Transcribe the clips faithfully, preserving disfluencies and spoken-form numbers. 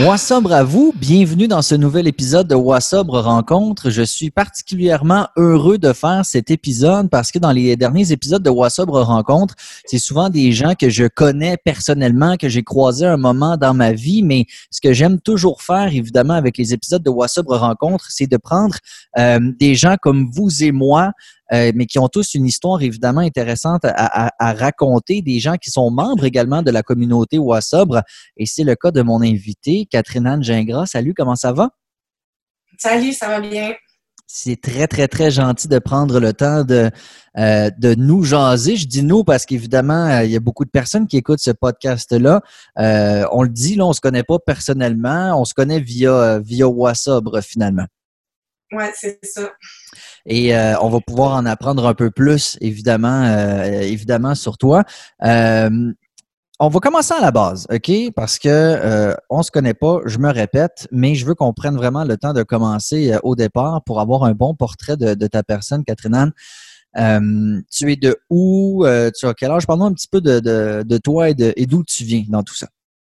Wassobre à vous, bienvenue dans ce nouvel épisode de Wassobre Rencontre. Je suis particulièrement heureux de faire cet épisode parce que dans les derniers épisodes de Wassobre Rencontre, c'est souvent des gens que je connais personnellement, que j'ai croisés un moment dans ma vie, mais ce que j'aime toujours faire, évidemment, avec les épisodes de Wassobre Rencontre, c'est de prendre euh, des gens comme vous et moi, Euh, mais qui ont tous une histoire évidemment intéressante à, à, à raconter, des gens qui sont membres également de la communauté Wassobre. Et c'est le cas de mon invitée, Catherine-Anne Gingras. Salut, comment ça va? Salut, ça va bien. C'est très, très, très gentil de prendre le temps de, euh, de nous jaser. Je dis nous parce qu'évidemment, euh, il y a beaucoup de personnes qui écoutent ce podcast-là. Euh, on le dit, là, on ne se connaît pas personnellement, on se connaît via, via Wassobre finalement. Oui, c'est ça. Et euh, on va pouvoir en apprendre un peu plus, évidemment, euh, évidemment sur toi. Euh, on va commencer à la base, OK? Parce que euh, on se connaît pas, je me répète, mais je veux qu'on prenne vraiment le temps de commencer euh, au départ pour avoir un bon portrait de, de ta personne, Catherine-Anne. Euh, tu es de où? Euh, tu as quel âge? Parle-nous un petit peu de, de, de toi et, de, et d'où tu viens dans tout ça.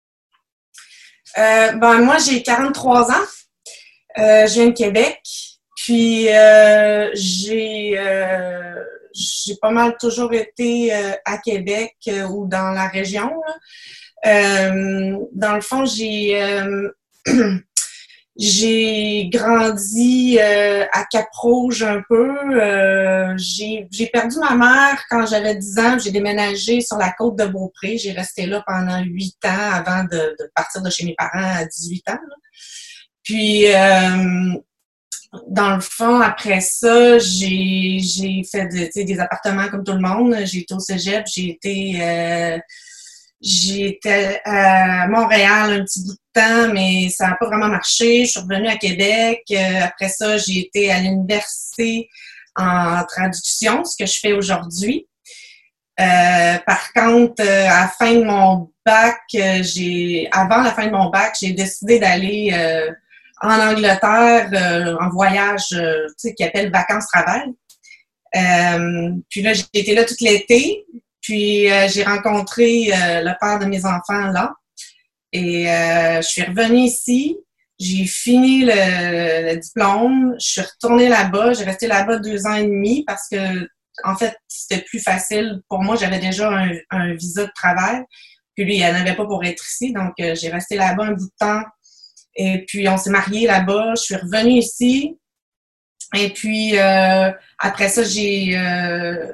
Euh, ben, moi, j'ai quarante-trois ans. Euh, je viens de Québec. Puis, euh, j'ai, euh, j'ai pas mal toujours été euh, à Québec euh, ou dans la région. Euh, dans le fond, j'ai, euh, j'ai grandi euh, à Cap-Rouge un peu. Euh, j'ai, j'ai perdu ma mère quand j'avais dix ans. J'ai déménagé sur la côte de Beaupré. J'ai resté là pendant huit ans avant de, de partir de chez mes parents à dix-huit ans. Là. Puis, euh, dans le fond, après ça, j'ai, j'ai fait de, des appartements comme tout le monde. J'ai été au cégep, j'ai été, euh, j'ai été à Montréal un petit bout de temps, mais ça n'a pas vraiment marché. Je suis revenue à Québec. Euh, après ça, j'ai été à l'université en traduction, ce que je fais aujourd'hui. Euh, par contre, euh, à la fin de mon bac, euh, j'ai, avant la fin de mon bac, j'ai décidé d'aller euh, en Angleterre, euh, en voyage, euh, tu sais, qui appelle vacances-travail. Euh, puis là, j'ai été là tout l'été. Puis euh, j'ai rencontré euh, le père de mes enfants là. Et euh, je suis revenue ici. J'ai fini le, le diplôme. Je suis retournée là-bas. J'ai resté là-bas deux ans et demi parce que, en fait, c'était plus facile. Pour moi, j'avais déjà un, un visa de travail. Puis lui, il n'en avait pas pour être ici. Donc, euh, j'ai resté là-bas un bout de temps. Et puis, on s'est mariés là-bas. Je suis revenue ici. Et puis, euh, après ça, j'ai, euh,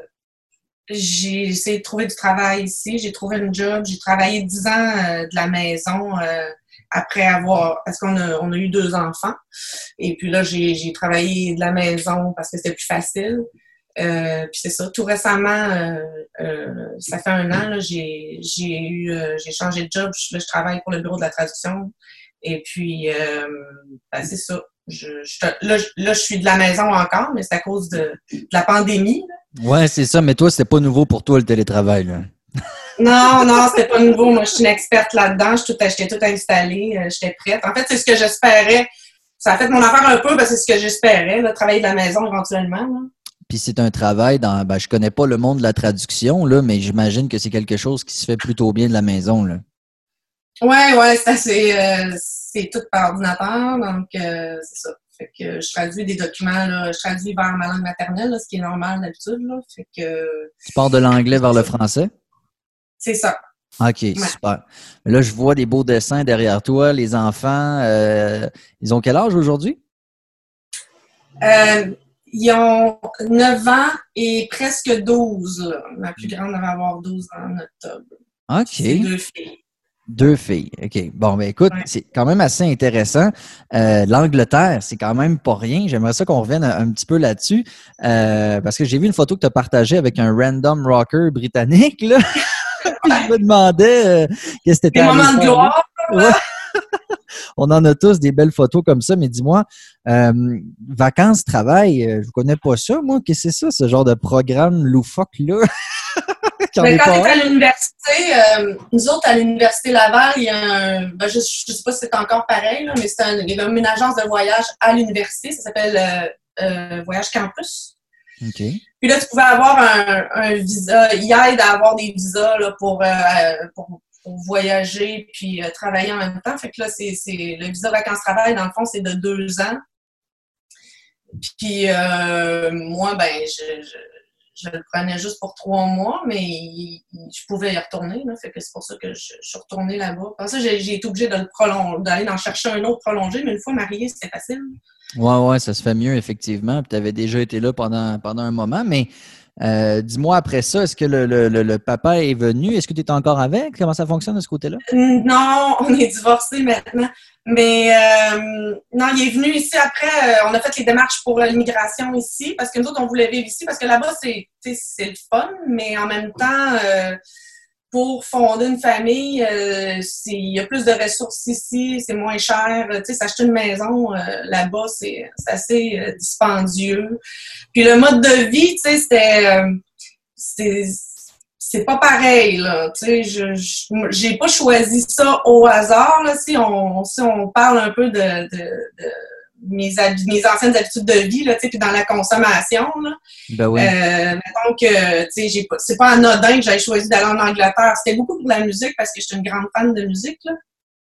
j'ai essayé de trouver du travail ici. J'ai trouvé un job. J'ai travaillé dix ans euh, de la maison euh, après avoir... Parce qu'on a, on a eu deux enfants. Et puis là, j'ai, j'ai travaillé de la maison parce que c'était plus facile. Euh, puis c'est ça. Tout récemment, euh, euh, ça fait un an, là, j'ai, j'ai, eu, euh, j'ai changé de job. Je, là, je travaille pour le bureau de la traduction. Et puis, euh, ben, c'est ça. Je, je, là, je, là, je suis de la maison encore, mais c'est à cause de, de la pandémie. Ouais, c'est ça. Mais toi, c'était pas nouveau pour toi, le télétravail, là. Non, non, c'était pas nouveau. Moi, je suis une experte là-dedans. Je tout acheté, tout installé. Euh, j'étais prête. En fait, c'est ce que j'espérais. Ça a fait mon affaire un peu parce que c'est ce que j'espérais, là, travailler de la maison éventuellement. Là. Puis c'est un travail dans... Ben, je connais pas le monde de la traduction, là, mais j'imagine que c'est quelque chose qui se fait plutôt bien de la maison, là. Oui, oui, c'est assez, euh, c'est tout par ordinateur, donc euh, c'est ça. Fait que je traduis des documents, là, je traduis vers ma langue maternelle, là, ce qui est normal d'habitude, là. Fait que... Tu pars de l'anglais vers le français? C'est ça. OK, Ouais. super. Là, je vois des beaux dessins derrière toi, les enfants. Euh, ils ont quel âge aujourd'hui? Euh, ils ont neuf ans et presque douze, là. Ma plus grande va avoir douze ans en octobre. OK. C'est deux filles. Deux filles. OK. Bon, ben écoute, ouais. C'est quand même assez intéressant. Euh, L'Angleterre, c'est quand même pas rien. J'aimerais ça qu'on revienne un, un petit peu là-dessus. Euh, parce que j'ai vu une photo que tu as partagée avec un random rocker britannique, là. Puis je me demandais euh, qu'est-ce que tu étais allé faire. Des moments de gloire. Ouais. On en a tous des belles photos comme ça, mais dis-moi, euh, vacances, travail, euh, je ne connais pas ça, moi. Qu'est-ce que c'est ça, ce genre de programme loufoque-là? Mais quand tu es à l'université, euh, nous autres, à l'Université Laval, il y a un... Ben, je ne sais pas si c'est encore pareil, là, mais c'est un, il y a une agence de voyage à l'université. Ça s'appelle euh, euh, Voyage Campus. OK. Puis là, tu pouvais avoir un, un visa. Ils aident à avoir des visas là, pour, euh, pour pour voyager puis euh, travailler en même temps. Fait que là, c'est, c'est le visa vacances-travail, dans le fond, c'est de deux ans. Puis euh, moi, ben, je, je, je le prenais juste pour trois mois, mais il, il, je pouvais y retourner. Là, fait que c'est pour ça que je, je suis retournée là-bas. Pour ça, j'ai, j'ai été obligée de le prolonger, d'aller en chercher un autre prolongé, mais une fois mariée, c'était facile. Oui, oui, ça se fait mieux, effectivement. Puis tu avais déjà été là pendant, pendant un moment, mais euh, dis-moi après ça, est-ce que le, le, le, le papa est venu? Est-ce que tu es encore avec? Comment ça fonctionne de ce côté-là? Non, on est divorcés maintenant. Mais euh, non, il est venu ici après. Euh, on a fait les démarches pour l'immigration ici parce que nous autres, on voulait vivre ici parce que là-bas, c'est, c'est le fun, mais en même temps, euh, pour fonder une famille, euh, c'est, il y a plus de ressources ici, c'est moins cher. Tu sais, s'acheter une maison euh, là-bas, c'est, c'est assez euh, dispendieux. Puis le mode de vie, tu sais, c'était... Euh, c'est, c'est pas pareil, là. Tu sais, je, je, j'ai pas choisi ça au hasard, là. Si on, si on parle un peu de, de, de mes, mes anciennes habitudes de vie, là, tu sais, puis dans la consommation, là. Ben oui. Euh, mettons que, tu sais, j'ai pas, c'est pas anodin que j'aie choisi d'aller en Angleterre. C'était beaucoup pour la musique parce que je suis une grande fan de musique, là.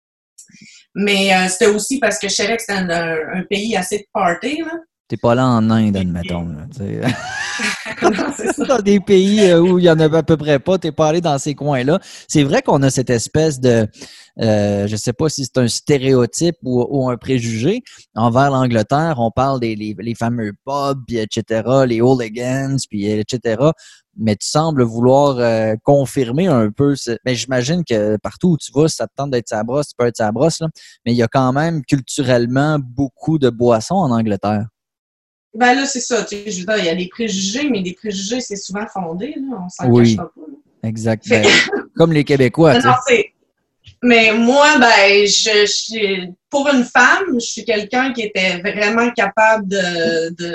Mais euh, c'était aussi parce que je savais que c'était un, un, un pays assez de party, là. T'es pas là en Inde, admettons. Là, non, c'est ça. Dans des pays où il y en a à peu près pas, t'es pas allé dans ces coins-là. C'est vrai qu'on a cette espèce de, euh, je sais pas si c'est un stéréotype ou, ou un préjugé envers l'Angleterre. On parle des les, les fameux pubs, puis et cetera, les hooligans, puis et cetera. Mais tu sembles vouloir euh, confirmer un peu. Mais j'imagine que partout où tu vas, si ça te tente d'être sa brosse, tu peux être sa brosse, là. Mais il y a quand même culturellement beaucoup de boissons en Angleterre. Ben là, c'est ça. Tu sais, je veux dire, il y a des préjugés, mais des préjugés, c'est souvent fondé. Là, on s'en oui, cachera pas. Là. Exact. Ben, comme les Québécois. Non, c'est... Mais moi, ben, je, je, pour une femme, je suis quelqu'un qui était vraiment capable de, de,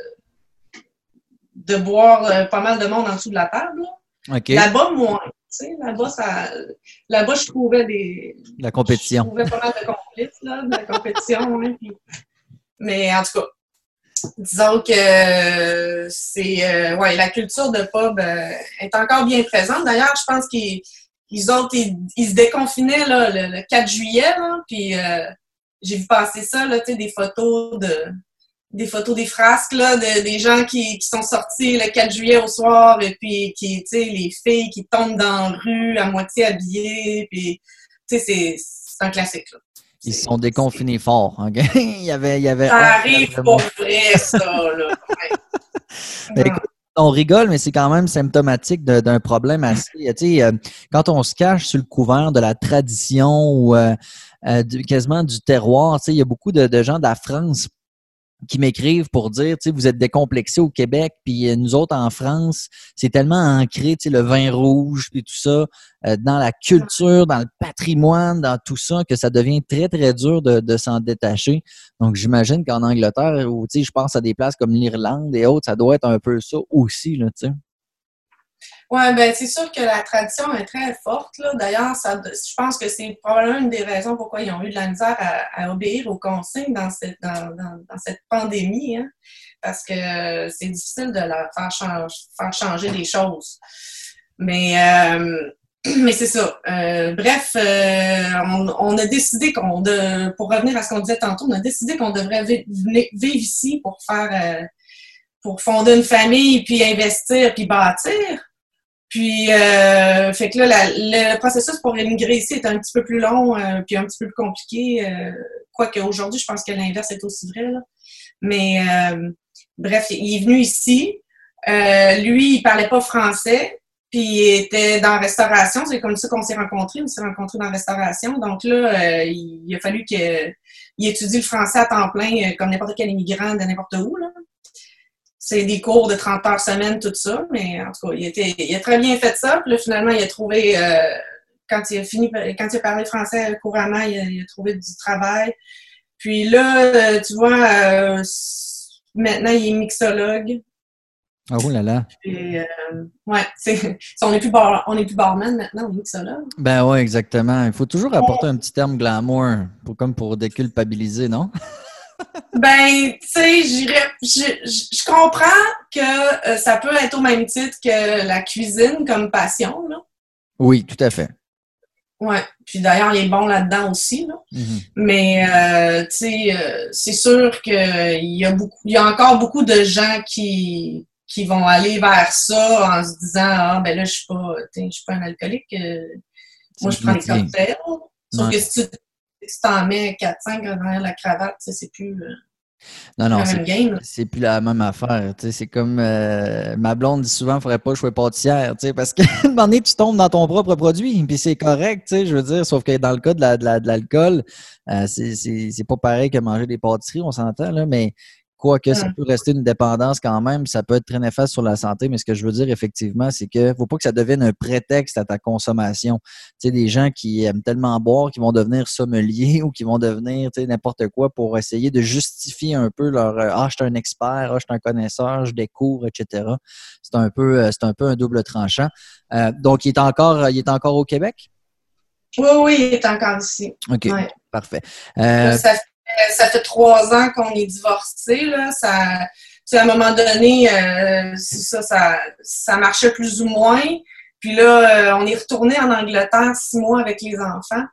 de boire pas mal de monde en dessous de la table. Là. Okay. Là-bas, moi, tu sais, là-bas, ça, là-bas, je trouvais des... La compétition. Je trouvais pas mal de complices, là, de la compétition. Hein, puis... Mais en tout cas, disons que c'est euh, ouais, la culture de pub euh, est encore bien présente. D'ailleurs, je pense qu'ils ils autres, ils, ils se déconfinaient là, le, le quatre juillet, là, puis euh, j'ai vu passer ça, là, tu sais, des photos de des photos des frasques là, de, des gens qui, qui sont sortis le quatre juillet au soir et puis qui, tu sais, les filles qui tombent dans la rue à moitié habillées, puis tu sais, c'est, c'est un classique là. Ils se sont déconfinés fort. Okay? il y avait, il y avait ça arrive pour vrai, ça, là. Ben, écoute, on rigole, mais c'est quand même symptomatique de, d'un problème assez... Tu sais, euh, quand on se cache sur le couvert de la tradition ou euh, euh, du, quasiment du terroir, tu sais, il y a beaucoup de, de gens de la France qui m'écrivent pour dire, tu sais, vous êtes décomplexés au Québec, puis nous autres en France, c'est tellement ancré, tu sais, le vin rouge, puis tout ça, euh, dans la culture, dans le patrimoine, dans tout ça, que ça devient très, très dur de, de s'en détacher. Donc, j'imagine qu'en Angleterre, où, tu sais, je pense à des places comme l'Irlande et autres, ça doit être un peu ça aussi, là, tu sais. Oui, ben c'est sûr que la tradition est très forte. Là. D'ailleurs, ça, je pense que c'est probablement une des raisons pourquoi ils ont eu de la misère à, à obéir aux consignes dans cette, dans, dans, dans cette pandémie. Hein, parce que c'est difficile de leur faire, change, faire changer les choses. Mais, euh, mais c'est ça. Euh, bref, euh, on, on a décidé qu'on, de, pour revenir à ce qu'on disait tantôt, on a décidé qu'on devrait vivre, vivre ici pour faire, euh, pour fonder une famille, puis investir, puis bâtir. Puis, euh, fait que là, la, le processus pour émigrer ici est un petit peu plus long, euh, puis un petit peu plus compliqué. Euh, quoique aujourd'hui, je pense que l'inverse est aussi vrai. Là. Mais, euh, bref, il est venu ici. Euh, lui, il parlait pas français, puis il était dans la restauration. C'est comme ça qu'on s'est rencontrés. On s'est rencontrés dans la restauration. Donc là, euh, il, il a fallu qu'il étudie le français à temps plein, comme n'importe quel immigrant de n'importe où, là. C'est des cours de trente heures semaine, tout ça, mais en tout cas, il, était, il a très bien fait ça. Puis là, finalement, il a trouvé, euh, quand il a fini, quand il a parlé français couramment, il a, il a trouvé du travail. Puis là, euh, tu vois, euh, maintenant, il est mixologue. Oh là là. Puis, euh, ouais, c'est, on n'est plus, bar, on est plus barman maintenant, on est mixologue. Ben oui, exactement. Il faut toujours apporter un petit terme glamour, pour, comme pour déculpabiliser, non? Ben, tu sais, je, je comprends que euh, ça peut être au même titre que la cuisine comme passion, là. Oui, tout à fait. Ouais. Puis d'ailleurs, il est bon là-dedans aussi, là. Mm-hmm. Mais, euh, tu sais, euh, c'est sûr qu'il y a beaucoup, il y a encore beaucoup de gens qui, qui vont aller vers ça en se disant, ah, ben là, je suis pas, je suis pas un alcoolique. Euh, moi, je prends des cocktails. Sauf ouais. que si tu si t'en mets quatre cinq derrière la cravate, c'est plus... Euh, Non, non, c'est, c'est plus la même affaire. C'est comme euh, ma blonde dit souvent, il ne faudrait pas jouer pâtissière, parce qu'à un moment donné, tu tombes dans ton propre produit, puis c'est correct, je veux dire, sauf que dans le cas de, la, de, la, de l'alcool, euh, c'est, c'est, c'est pas pareil que manger des pâtisseries, on s'entend, là, mais quoique ça peut rester une dépendance quand même, ça peut être très néfaste sur la santé, mais ce que je veux dire effectivement, c'est que faut pas que ça devienne un prétexte à ta consommation. Tu sais, des gens qui aiment tellement boire, qui vont devenir sommeliers ou qui vont devenir, tu sais, n'importe quoi pour essayer de justifier un peu leur euh, ah, je suis un expert, ah, je suis un connaisseur, je découvre, et cetera. C'est un peu, c'est un peu un double tranchant. Euh, donc, il est encore, il est encore au Québec? Oui, oui, il est encore ici. OK, ouais. Parfait. Euh, Là, ça Ça fait trois ans qu'on est divorcés, là. Ça, à un moment donné, euh, ça, ça, ça marchait plus ou moins. Puis là, euh, on est retourné en Angleterre six mois avec les enfants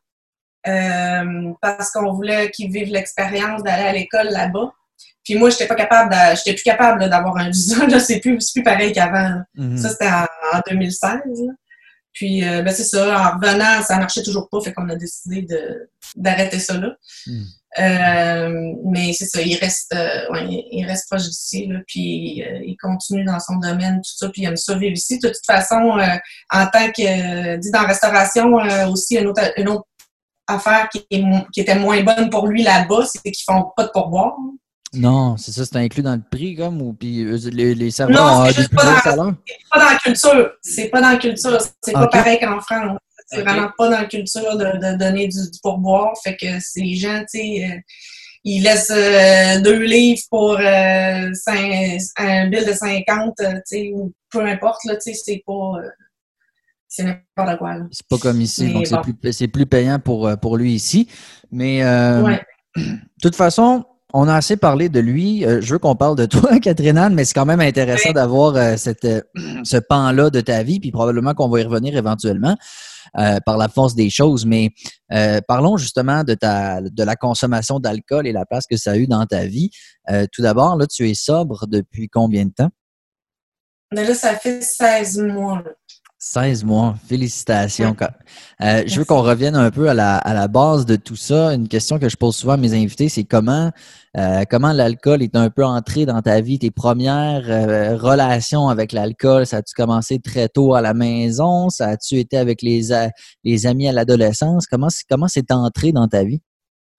euh, parce qu'on voulait qu'ils vivent l'expérience d'aller à l'école là-bas. Puis moi, j'étais pas capable, de, j'étais plus capable là, d'avoir un visa. Là, c'est plus, c'est plus pareil qu'avant. Mm-hmm. Ça, c'était en, en deux mille seize. Là. Puis, euh, ben c'est ça. En revenant, ça marchait toujours pas. Fait qu'on a décidé de, d'arrêter ça là. Mm. Euh, mais c'est ça, il reste, euh, ouais, il reste proche d'ici, là, puis euh, il continue dans son domaine, tout ça, puis il aime ça vivre ici. De toute façon, euh, en tant que, euh, dit dans la restauration, euh, aussi une autre, une autre affaire qui, est, qui était moins bonne pour lui là-bas, c'est qu'ils font pas de pourboire. Hein. Non, c'est ça, c'est inclus dans le prix, comme, ou puis les, les serveurs non, ont c'est juste des pas plus dans, salaires? c'est pas dans la culture. C'est pas dans la culture. C'est okay. Pas pareil qu'en France. C'est okay. Vraiment pas dans la culture de, de donner du, du pourboire. Fait que c'est les gens, tu sais, euh, ils laissent euh, deux livres pour euh, cinq, un bill de cinquante, tu sais, ou peu importe, là, tu sais, c'est pas... Euh, c'est n'importe quoi, là. C'est pas comme ici, mais donc bon. c'est, plus, c'est plus payant pour, pour lui ici. Mais, euh, ouais. de toute façon... On a assez parlé de lui. Euh, je veux qu'on parle de toi, Catherine Anne, mais c'est quand même intéressant oui. d'avoir euh, cette, euh, ce pan-là de ta vie, puis probablement qu'on va y revenir éventuellement euh, par la force des choses. Mais euh, parlons justement de, ta, de la consommation d'alcool et la place que ça a eu dans ta vie. Euh, tout d'abord, là, tu es sobre depuis combien de temps? Mais là, ça fait seize mois. Là. seize mois. Félicitations. Ouais. Euh, je veux qu'on revienne un peu à la, à la base de tout ça. Une question que je pose souvent à mes invités, c'est comment, euh, comment l'alcool est un peu entré dans ta vie, tes premières euh, relations avec l'alcool. Ça a-tu commencé très tôt à la maison? Ça a-tu été avec les, les amis à l'adolescence? Comment, comment c'est entré dans ta vie?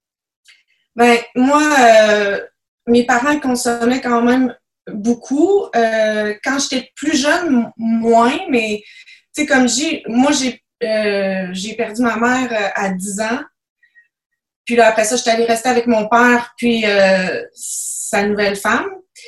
Ben, moi, euh, mes parents consommaient quand même beaucoup. Euh, quand j'étais plus jeune, moins, mais tu sais, comme j'ai, moi, j'ai, euh, j'ai perdu ma mère à dix ans. Puis là, après ça, j'étais allée rester avec mon père, puis euh, sa nouvelle femme.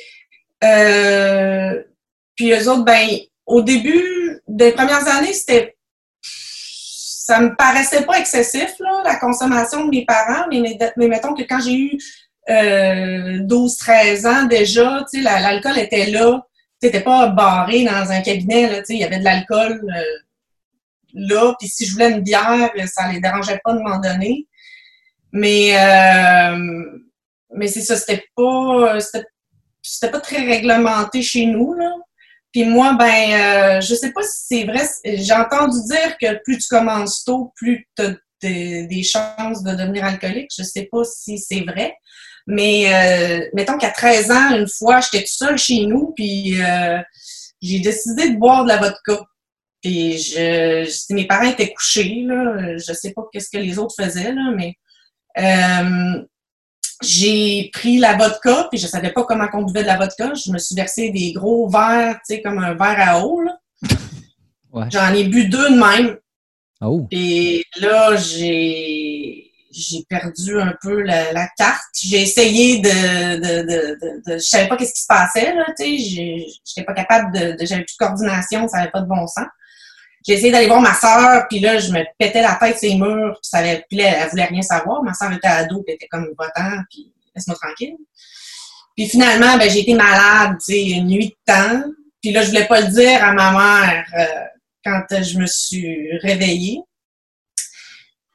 Euh, puis eux autres, ben, au début des premières années, c'était, ça me paraissait pas excessif, là, la consommation de mes parents, mais, mais mettons que quand j'ai eu Euh, douze treize ans déjà, tu sais, la, l'alcool était là. Tu n'étais pas barré dans un cabinet, là, tu sais, il y avait de l'alcool euh, là. Puis si je voulais une bière, ça ne les dérangeait pas de m'en donner. Mais, euh, mais c'est ça, c'était pas, c'était, c'était pas très réglementé chez nous, là. Puis moi, ben, euh, je sais pas si c'est vrai. J'ai entendu dire que plus tu commences tôt, plus tu as des, des chances de devenir alcoolique. Je sais pas si c'est vrai. Mais euh, mettons qu'à treize ans, une fois, j'étais toute seule chez nous, puis euh, j'ai décidé de boire de la vodka. Puis je, je, mes parents étaient couchés, là, je sais pas qu'est-ce que les autres faisaient, là, mais euh, j'ai pris la vodka, puis je savais pas comment on buvait de la vodka. Je me suis versé des gros verres, tu sais, comme un verre à eau, là. Ouais. J'en ai bu deux de même. Oh. Et là, j'ai... j'ai perdu un peu la, la carte. J'ai essayé de, de, de, de, de... Je savais pas qu'est-ce qui se passait, là, tu sais. J'étais pas capable de... de j'avais plus de coordination, ça avait pas de bon sens. J'ai essayé d'aller voir ma sœur, puis là, je me pétais la tête sur les murs, puis ça avait... Puis là, elle voulait rien savoir. Ma sœur était ado, puis elle était comme votant, puis laisse-moi tranquille. Puis finalement, ben, j'ai été malade, tu sais, une nuit de temps. Puis là, je voulais pas le dire à ma mère euh, quand je me suis réveillée.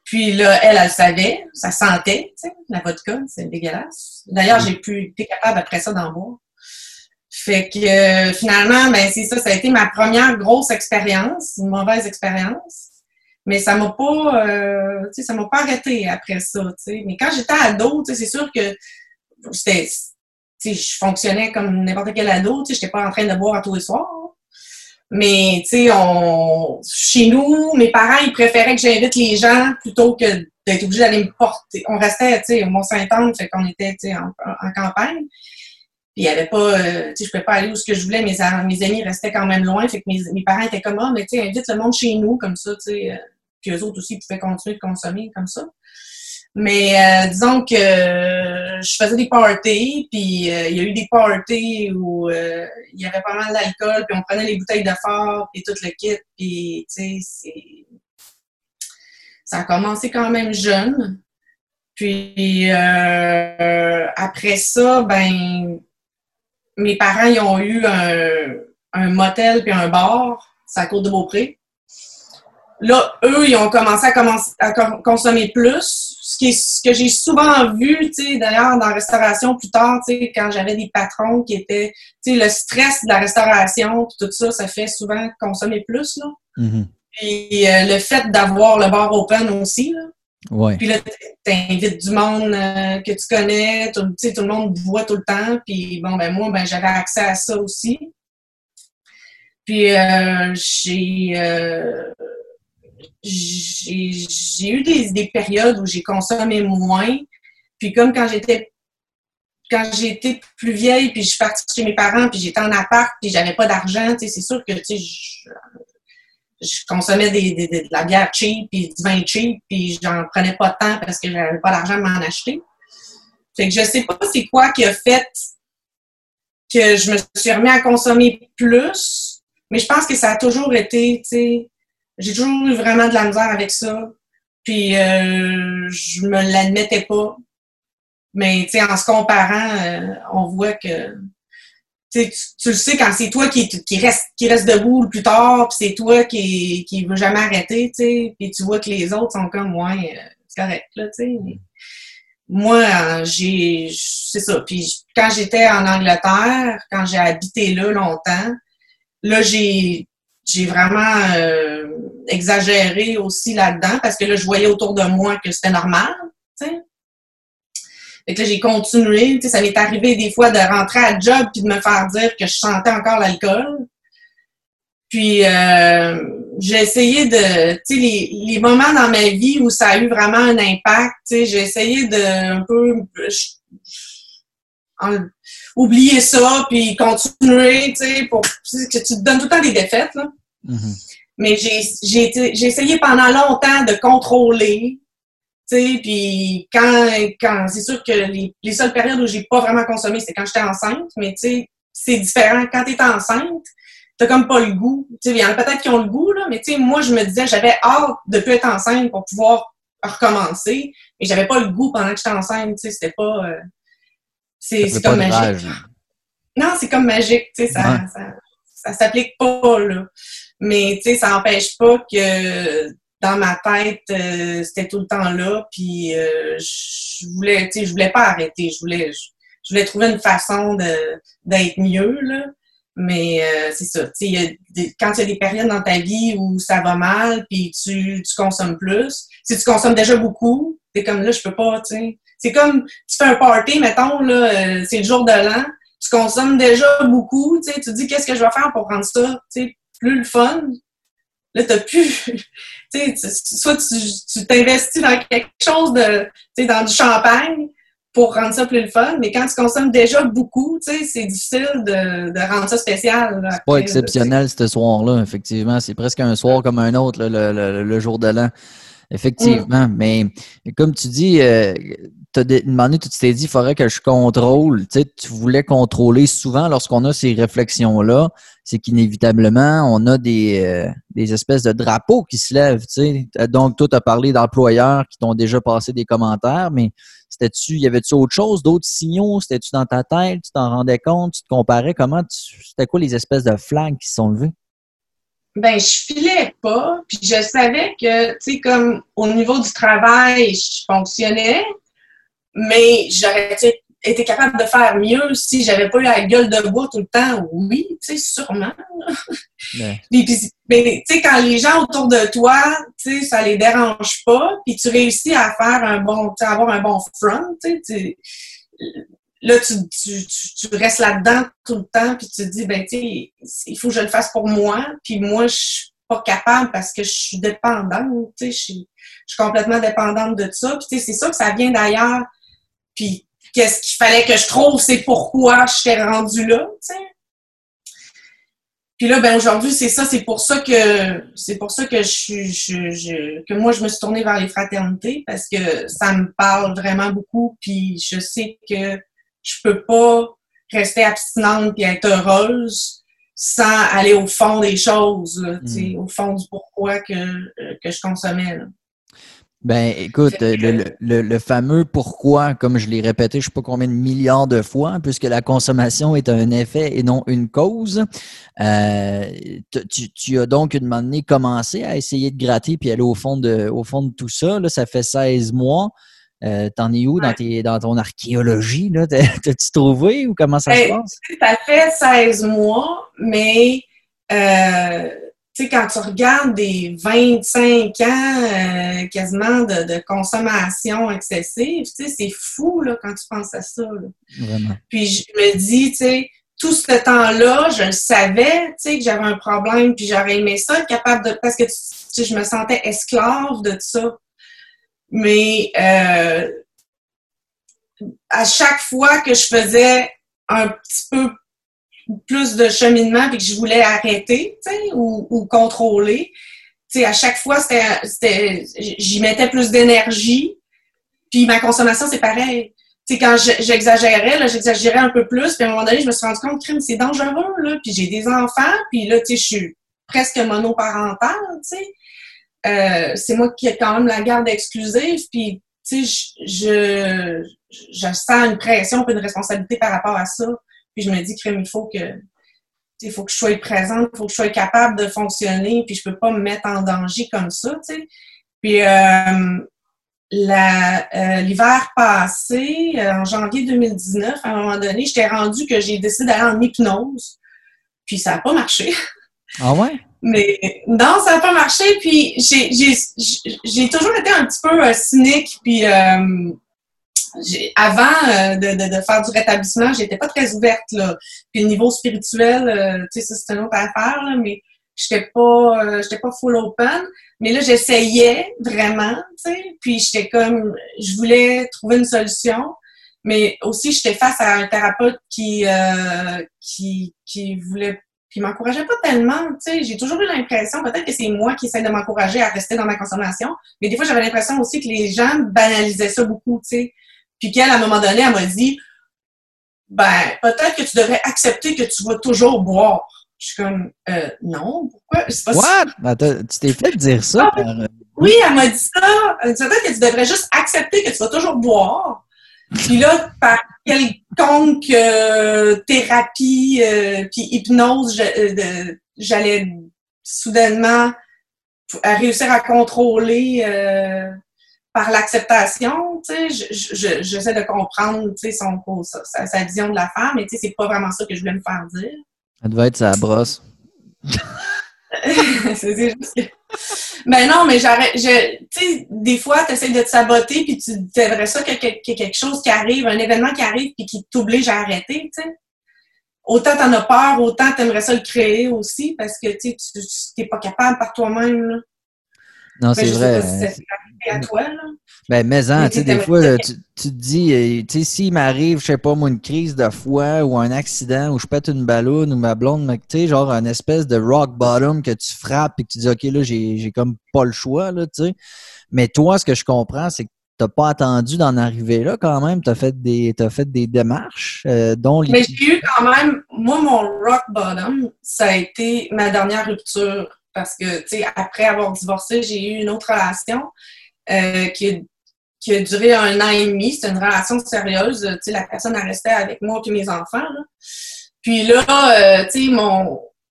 Puis là, elle, elle le savait, ça sentait, tu sais, la vodka, c'est dégueulasse. D'ailleurs, j'ai plus été capable après ça d'en boire. Fait que euh, finalement, ben c'est ça, ça a été ma première grosse expérience, une mauvaise expérience. Mais ça m'a pas, euh, tu sais, ça m'a pas arrêté après ça, tu sais. Mais quand j'étais ado, tu sais, c'est sûr que c'était, tu sais, je fonctionnais comme n'importe quel ado, tu sais, j'étais pas en train de boire à tous les soirs. Mais, tu sais, on, chez nous, mes parents, ils préféraient que j'invite les gens plutôt que d'être obligé d'aller me porter. On restait, tu sais, au Mont-Saint-Anne, fait qu'on était, tu sais, en, en campagne. Puis il y avait pas, euh, tu sais, je pouvais pas aller où ce que je voulais. Mes, mes amis restaient quand même loin. Fait que mes, mes parents étaient comme, ah, mais tu sais, invite le monde chez nous, comme ça, tu sais. Puis eux autres aussi, ils pouvaient continuer de consommer comme ça. Mais euh, disons que euh, je faisais des parties, puis euh, il y a eu des parties où euh, il y avait pas mal d'alcool, puis on prenait les bouteilles de fort, puis tout le kit, puis tu sais, c'est... ça a commencé quand même jeune. Puis euh, après ça, ben mes parents, ils ont eu un, un motel puis un bar, c'est à Côte-de-Beaupré. Là, eux, ils ont commencé à, commencer, à consommer plus, ce, qui est, ce que j'ai souvent vu, tu sais, d'ailleurs, dans la restauration plus tard, tu sais, quand j'avais des patrons qui étaient, tu sais, le stress de la restauration, puis tout ça, ça fait souvent consommer plus, là. Mm-hmm. Puis euh, le fait d'avoir le bar open aussi, là. Ouais. Puis là, t'invites du monde euh, que tu connais, tout, tu sais, tout le monde voit tout le temps, puis bon, ben moi, ben j'avais accès à ça aussi. Puis euh, j'ai... Euh, J'ai, j'ai eu des, des périodes où j'ai consommé moins. Puis comme quand j'étais quand j'étais plus vieille, puis je suis partie chez mes parents, puis j'étais en appart, puis j'avais pas d'argent, tu sais, c'est sûr que tu sais, je, je consommais des, des, de la bière cheap, puis du vin cheap, puis j'en prenais pas tant parce que j'avais pas l'argent de m'en acheter. Fait que je sais pas c'est quoi qui a fait que je me suis remis à consommer plus, mais je pense que ça a toujours été, tu sais, j'ai toujours eu vraiment de la misère avec ça. Puis euh, je me l'admettais pas. Mais tu sais, en se comparant, euh, on voit que tu, tu le sais quand c'est toi qui, qui reste qui reste debout le plus tard, puis c'est toi qui qui veut jamais arrêter, tu sais. Puis tu vois que les autres sont comme ouais, euh, c'est correct là, tu sais. Moi, euh, j'ai c'est ça. Puis quand j'étais en Angleterre, quand j'ai habité là longtemps, là j'ai j'ai vraiment euh, exagéré aussi là-dedans parce que là, je voyais autour de moi que c'était normal, tu sais. Fait que là, j'ai continué, tu sais, ça m'est arrivé des fois de rentrer à job puis de me faire dire que je sentais encore l'alcool. Puis, euh, j'ai essayé de, tu sais, les, les moments dans ma vie où ça a eu vraiment un impact, tu sais, j'ai essayé de un peu je, en, oublier ça puis continuer, tu sais, pour que tu te donnes tout le temps des défaites, là. Mm-hmm. Mais j'ai, j'ai, j'ai essayé pendant longtemps de contrôler, tu sais, puis quand, quand c'est sûr que les, les seules périodes où j'ai pas vraiment consommé, c'est quand j'étais enceinte, mais tu sais, c'est différent. Quand t'es enceinte, t'as comme pas le goût. Tu sais, il y en a peut-être qui ont le goût, là, mais tu sais, moi, je me disais, j'avais hâte de plus être enceinte pour pouvoir recommencer, mais j'avais pas le goût pendant que j'étais enceinte, tu sais, c'était pas... Euh, c'est, c'est comme magique. Non, c'est comme magique, tu sais, ça, ouais. ça, ça, ça s'applique pas, là. Mais, tu sais, ça n'empêche pas que dans ma tête, euh, c'était tout le temps là, puis euh, je voulais, tu sais, je voulais pas arrêter, je voulais, je, je voulais trouver une façon de, d'être mieux, là. Mais euh, c'est ça, tu sais, quand il y a des périodes dans ta vie où ça va mal, puis tu, tu consommes plus, si tu consommes déjà beaucoup, t'es comme là, je peux pas, tu sais. C'est comme, tu fais un party, mettons, là, euh, c'est le jour de l'an, tu consommes déjà beaucoup, tu sais, tu te dis, qu'est-ce que je vais faire pour rendre ça, tu sais, plus le fun. Là, t'as plus, tu sais, soit tu, tu t'investis dans quelque chose de, tu sais, dans du champagne, pour rendre ça plus le fun, mais quand tu consommes déjà beaucoup, tu sais, c'est difficile de, de rendre ça spécial. Là, c'est pas après, exceptionnel là, ce soir-là, effectivement. C'est presque un soir comme un autre, là, le, le, le jour de l'an. Effectivement. Mm. Mais comme tu dis, euh, tu as demandé, tu t'es dit, il faudrait que je contrôle. Tu sais, tu voulais contrôler. Souvent, lorsqu'on a ces réflexions-là, c'est qu'inévitablement, on a des, euh, des espèces de drapeaux qui se lèvent. Tu sais. Donc, toi, tu as parlé d'employeurs qui t'ont déjà passé des commentaires, mais c'était-tu, y avait-tu autre chose, d'autres signaux? C'était-tu dans ta tête? Tu t'en rendais compte? Tu te comparais? Comment tu, c'était quoi les espèces de flags qui se sont levées? Ben, je filais pas, puis je savais que, tu sais, comme au niveau du travail, je fonctionnais, mais j'aurais été été capable de faire mieux si j'avais pas eu la gueule de bois tout le temps. Oui, tu sais, sûrement. Ouais. Puis, puis, ben, tu sais, quand les gens autour de toi, tu sais, ça les dérange pas, puis tu réussis à faire un bon, tu sais, avoir un bon front, tu sais, là, tu, tu, tu, tu restes là-dedans tout le temps, puis tu te dis, ben, tu sais, il faut que je le fasse pour moi, puis moi, je suis pas capable parce que je suis dépendante, tu sais, je suis, je suis complètement dépendante de ça, puis tu sais, c'est ça que ça vient d'ailleurs, puis qu'est-ce qu'il fallait que je trouve, c'est pourquoi je t'ai rendue là, tu sais. Puis là, ben aujourd'hui, c'est ça, c'est pour ça que c'est pour ça que je suis je, je, que moi je me suis tournée vers les fraternités parce que ça me parle vraiment beaucoup. Puis je sais que je peux pas rester abstinente puis être heureuse sans aller au fond des choses, là, mm. au fond du pourquoi que, que je consommais. Là. Ben, écoute, le, le, le fameux pourquoi, comme je l'ai répété, je ne sais pas combien de milliards de fois, puisque la consommation est un effet et non une cause. Euh, tu, tu as donc une moment donné commencé à essayer de gratter puis aller au fond de, au fond de tout ça. Là, ça fait seize mois. Euh, t'en es où ouais. dans, tes, dans ton archéologie? Là? T'as-tu trouvé ou comment ça hey, se passe? Ça fait seize mois, mais euh, tu sais, quand tu regardes des vingt-cinq ans euh, quasiment de, de consommation excessive, tu sais, c'est fou là, quand tu penses à ça. Là. Vraiment. Puis je me dis, tu sais, tout ce temps-là, je le savais, tu sais, que j'avais un problème, puis j'aurais aimé ça, être capable de... Parce que, tu sais, je me sentais esclave de ça. Mais euh, à chaque fois que je faisais un petit peu plus de cheminement puis que je voulais arrêter, tu sais, ou, ou contrôler, tu sais, à chaque fois, c'était, c'était, j'y mettais plus d'énergie. Puis ma consommation, c'est pareil. Tu sais, quand j'exagérais, là, j'exagérais un peu plus. Puis à un moment donné, je me suis rendu compte que c'est dangereux, là. Puis j'ai des enfants. Puis là, tu sais, je suis presque monoparentale, tu sais. Euh, c'est moi qui ai quand même la garde exclusive. Puis, tu sais, je, je, je sens une pression et une responsabilité par rapport à ça. Puis je me dis, crème, il faut que, il faut que je sois présente, il faut que je sois capable de fonctionner, puis je peux pas me mettre en danger comme ça, tu sais. Puis euh, la, euh, l'hiver passé, euh, en janvier deux mille dix-neuf, à un moment donné, j'étais rendue que j'ai décidé d'aller en hypnose. Puis ça n'a pas marché. Ah ouais? Mais non, ça n'a pas marché. Puis j'ai, j'ai, j'ai toujours été un petit peu euh, cynique, puis... Euh, J'ai, avant euh, de, de, de faire du rétablissement, j'étais pas très ouverte, là. Puis le niveau spirituel, euh, tu sais, ça, c'est une autre affaire, là, mais j'étais pas, euh, j'étais pas full open. Mais là, j'essayais vraiment, tu sais. Puis j'étais comme, je voulais trouver une solution. Mais aussi, j'étais face à un thérapeute qui, euh, qui, qui voulait, qui m'encourageait pas tellement, tu sais. J'ai toujours eu l'impression, peut-être que c'est moi qui essaie de m'encourager à rester dans ma consommation. Mais des fois, j'avais l'impression aussi que les gens banalisaient ça beaucoup, tu sais. Puis qu'elle, à un moment donné, elle m'a dit, ben, peut-être que tu devrais accepter que tu vas toujours boire. Je suis comme, euh, non, pourquoi? C'est pas What? ça. Attends, tu t'es fait dire ça Ah, par... Oui, elle m'a dit ça. Elle dit peut-être que tu devrais juste accepter que tu vas toujours boire. Puis là, par quelconque euh, thérapie euh, puis hypnose, je, euh, j'allais soudainement réussir à contrôler... Euh, par l'acceptation, tu sais, je, je, j'essaie de comprendre, tu sais, son, sa, sa vision de la femme, mais tu sais, c'est pas vraiment ça que je voulais me faire dire. Ça devait être sa brosse. c'est juste que... Ben non, mais j'arrête, je, tu sais, des fois, tu essaies de te saboter, puis tu aimerais ça qu'il y ait quelque chose qui arrive, un événement qui arrive, puis qui t'oblige à arrêter, tu sais. Autant t'en as peur, autant t'aimerais ça le créer aussi, parce que, tu sais, tu t'es pas capable par toi-même, là. Non, ben, c'est je vrai. Sais pas si c'est à toi, là. Ben, mais hein, tu sais, des fois, là, tu, tu te dis, tu sais, s'il m'arrive, je sais pas, moi, une crise de foie ou un accident ou je pète une balloune ou ma blonde, tu sais, genre une espèce de rock bottom que tu frappes et que tu dis, OK, là, j'ai, j'ai comme pas le choix, là, tu sais. Mais toi, ce que je comprends, c'est que t'as pas attendu d'en arriver là quand même. T'as fait des, t'as fait des démarches, euh, dont les... Mais j'ai eu quand même, moi, mon rock bottom, ça a été ma dernière rupture. Parce que, tu sais, après avoir divorcé, j'ai eu une autre relation euh, qui, a, qui a duré un an et demi. C'était une relation sérieuse. Tu sais, la personne, elle restait avec moi et mes enfants, là. Puis là, euh, tu sais, mon,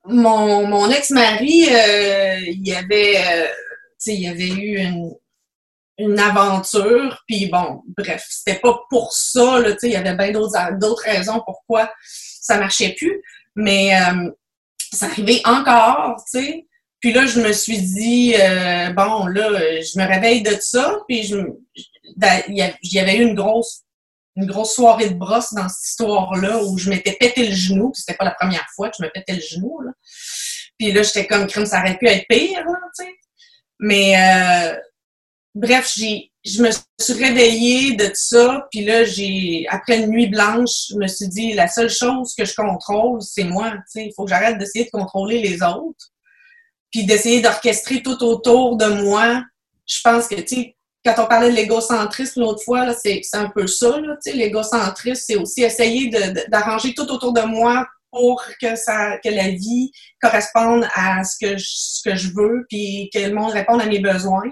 mon, mon ex-mari, euh, il avait, euh, tu sais, il avait eu une, une aventure, puis bon, bref, c'était pas pour ça, là, tu sais, il y avait bien d'autres, d'autres raisons pourquoi ça marchait plus, mais euh, ça arrivait encore, tu sais. Puis là, je me suis dit, euh, bon, là, je me réveille de ça, puis je, il y avait eu une grosse une grosse soirée de brosse dans cette histoire-là où je m'étais pété le genou, puis c'était pas la première fois que je me pétais le genou, là. Puis là, j'étais comme crime, ça aurait pu être pire, là, tu sais. Mais euh, bref, j'ai, je me suis réveillée de ça, puis là, j'ai, après une nuit blanche, je me suis dit, la seule chose que je contrôle, c'est moi, tu sais. Il faut que j'arrête d'essayer de contrôler les autres, puis d'essayer d'orchestrer tout autour de moi. Je pense que, tu sais, quand on parlait de l'égocentrisme l'autre fois, là, c'est, c'est un peu ça, là, tu sais, l'égocentrisme, c'est aussi essayer de, de, d'arranger tout autour de moi pour que ça, que la vie corresponde à ce que je, ce que je veux, puis que le monde réponde à mes besoins.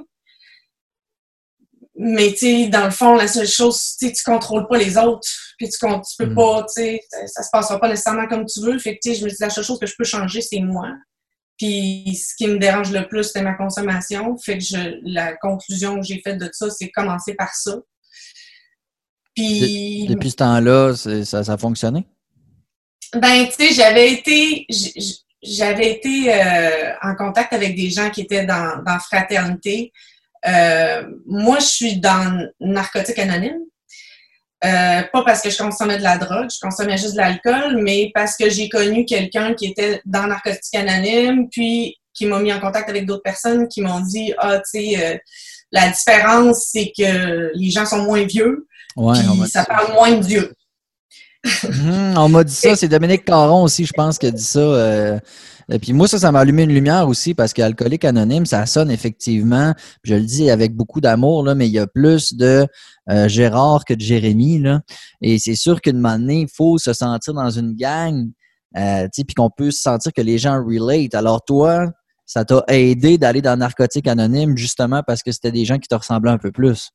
Mais, tu sais, dans le fond, la seule chose, tu sais, tu contrôles pas les autres, puis tu, tu peux pas, tu sais, ça se passera pas nécessairement comme tu veux. Fait que, tu sais, je me dis, la seule chose que je peux changer, c'est moi. Puis ce qui me dérange le plus, c'est ma consommation. Fait que je, la conclusion que j'ai faite de ça, c'est commencer par ça. Puis... De, depuis ce temps-là, ça, ça a fonctionné? Ben, tu sais, j'avais été, j'avais été euh, en contact avec des gens qui étaient dans, dans Fraternité. Euh, moi, je suis dans Narcotiques Anonymes. Euh, pas parce que je consommais de la drogue, je consommais juste de l'alcool, mais parce que j'ai connu quelqu'un qui était dans Narcotiques Anonymes, puis qui m'a mis en contact avec d'autres personnes qui m'ont dit « Ah, tu sais, euh, la différence, c'est que les gens sont moins vieux, ouais, puis ça parle moins de Dieu. » Mmh, on m'a dit ça, c'est Dominique Caron aussi, je pense, qui a dit ça. Euh, et puis moi, ça, ça m'a allumé une lumière aussi parce qu'Alcoolique Anonyme, ça sonne effectivement, je le dis avec beaucoup d'amour, là, mais il y a plus de euh, Gérard que de Jérémy. Là. Et c'est sûr qu'une année, il faut se sentir dans une gang, euh, puis qu'on peut se sentir que les gens relate. Alors toi, ça t'a aidé d'aller dans Narcotique Anonyme justement parce que c'était des gens qui te ressemblaient un peu plus.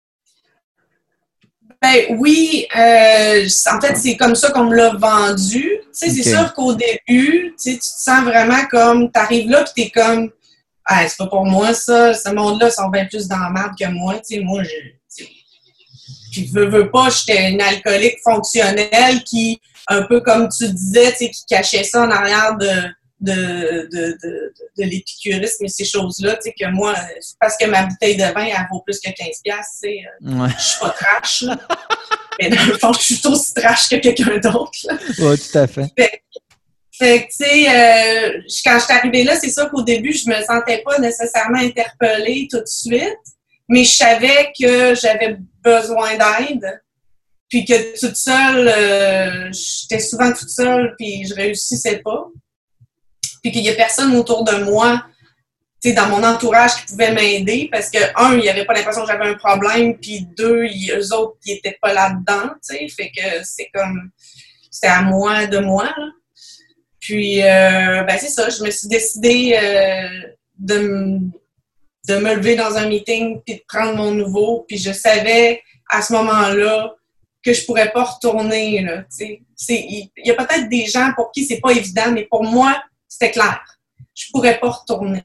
Ben oui, euh, en fait, c'est comme ça qu'on me l'a vendu. Tu sais, okay. C'est sûr qu'au début, tu sais, tu te sens vraiment comme, t'arrives là pis t'es comme, ah, c'est pas pour moi ça, ce monde-là sont bien plus dans la merde que moi. Tu sais, moi, je, puis veux, veux pas, j'étais une alcoolique fonctionnelle qui, un peu comme tu disais, tu sais, qui cachait ça en arrière de de, de, de, de, de l'épicurisme et ces choses-là, tu sais, que moi, parce que ma bouteille de vin, elle vaut plus que quinze piastres, tu sais, ouais. Je suis pas trash, là. Mais dans le fond, je suis aussi trash que quelqu'un d'autre, là. Oui, tout à fait. Fait, fait que, tu sais, euh, quand je suis arrivée là, c'est sûr qu'au début, je me sentais pas nécessairement interpellée tout de suite, mais je savais que j'avais besoin d'aide, puis que toute seule, euh, j'étais souvent toute seule, puis je réussissais pas. Puis qu'il y a personne autour de moi, tu sais, dans mon entourage qui pouvait m'aider parce que, un, il n'y avait pas l'impression que j'avais un problème, puis deux, ils, eux autres, ils n'étaient pas là-dedans, tu sais, fait que c'est comme, c'était à moi de moi, là. Puis, euh, ben c'est ça, je me suis décidée euh, de, m- de me lever dans un meeting puis de prendre mon nouveau, puis je savais à ce moment-là que je pourrais pas retourner, là, tu sais. Il y a peut-être des gens pour qui c'est pas évident, mais pour moi, c'était clair. Je ne pourrais pas retourner.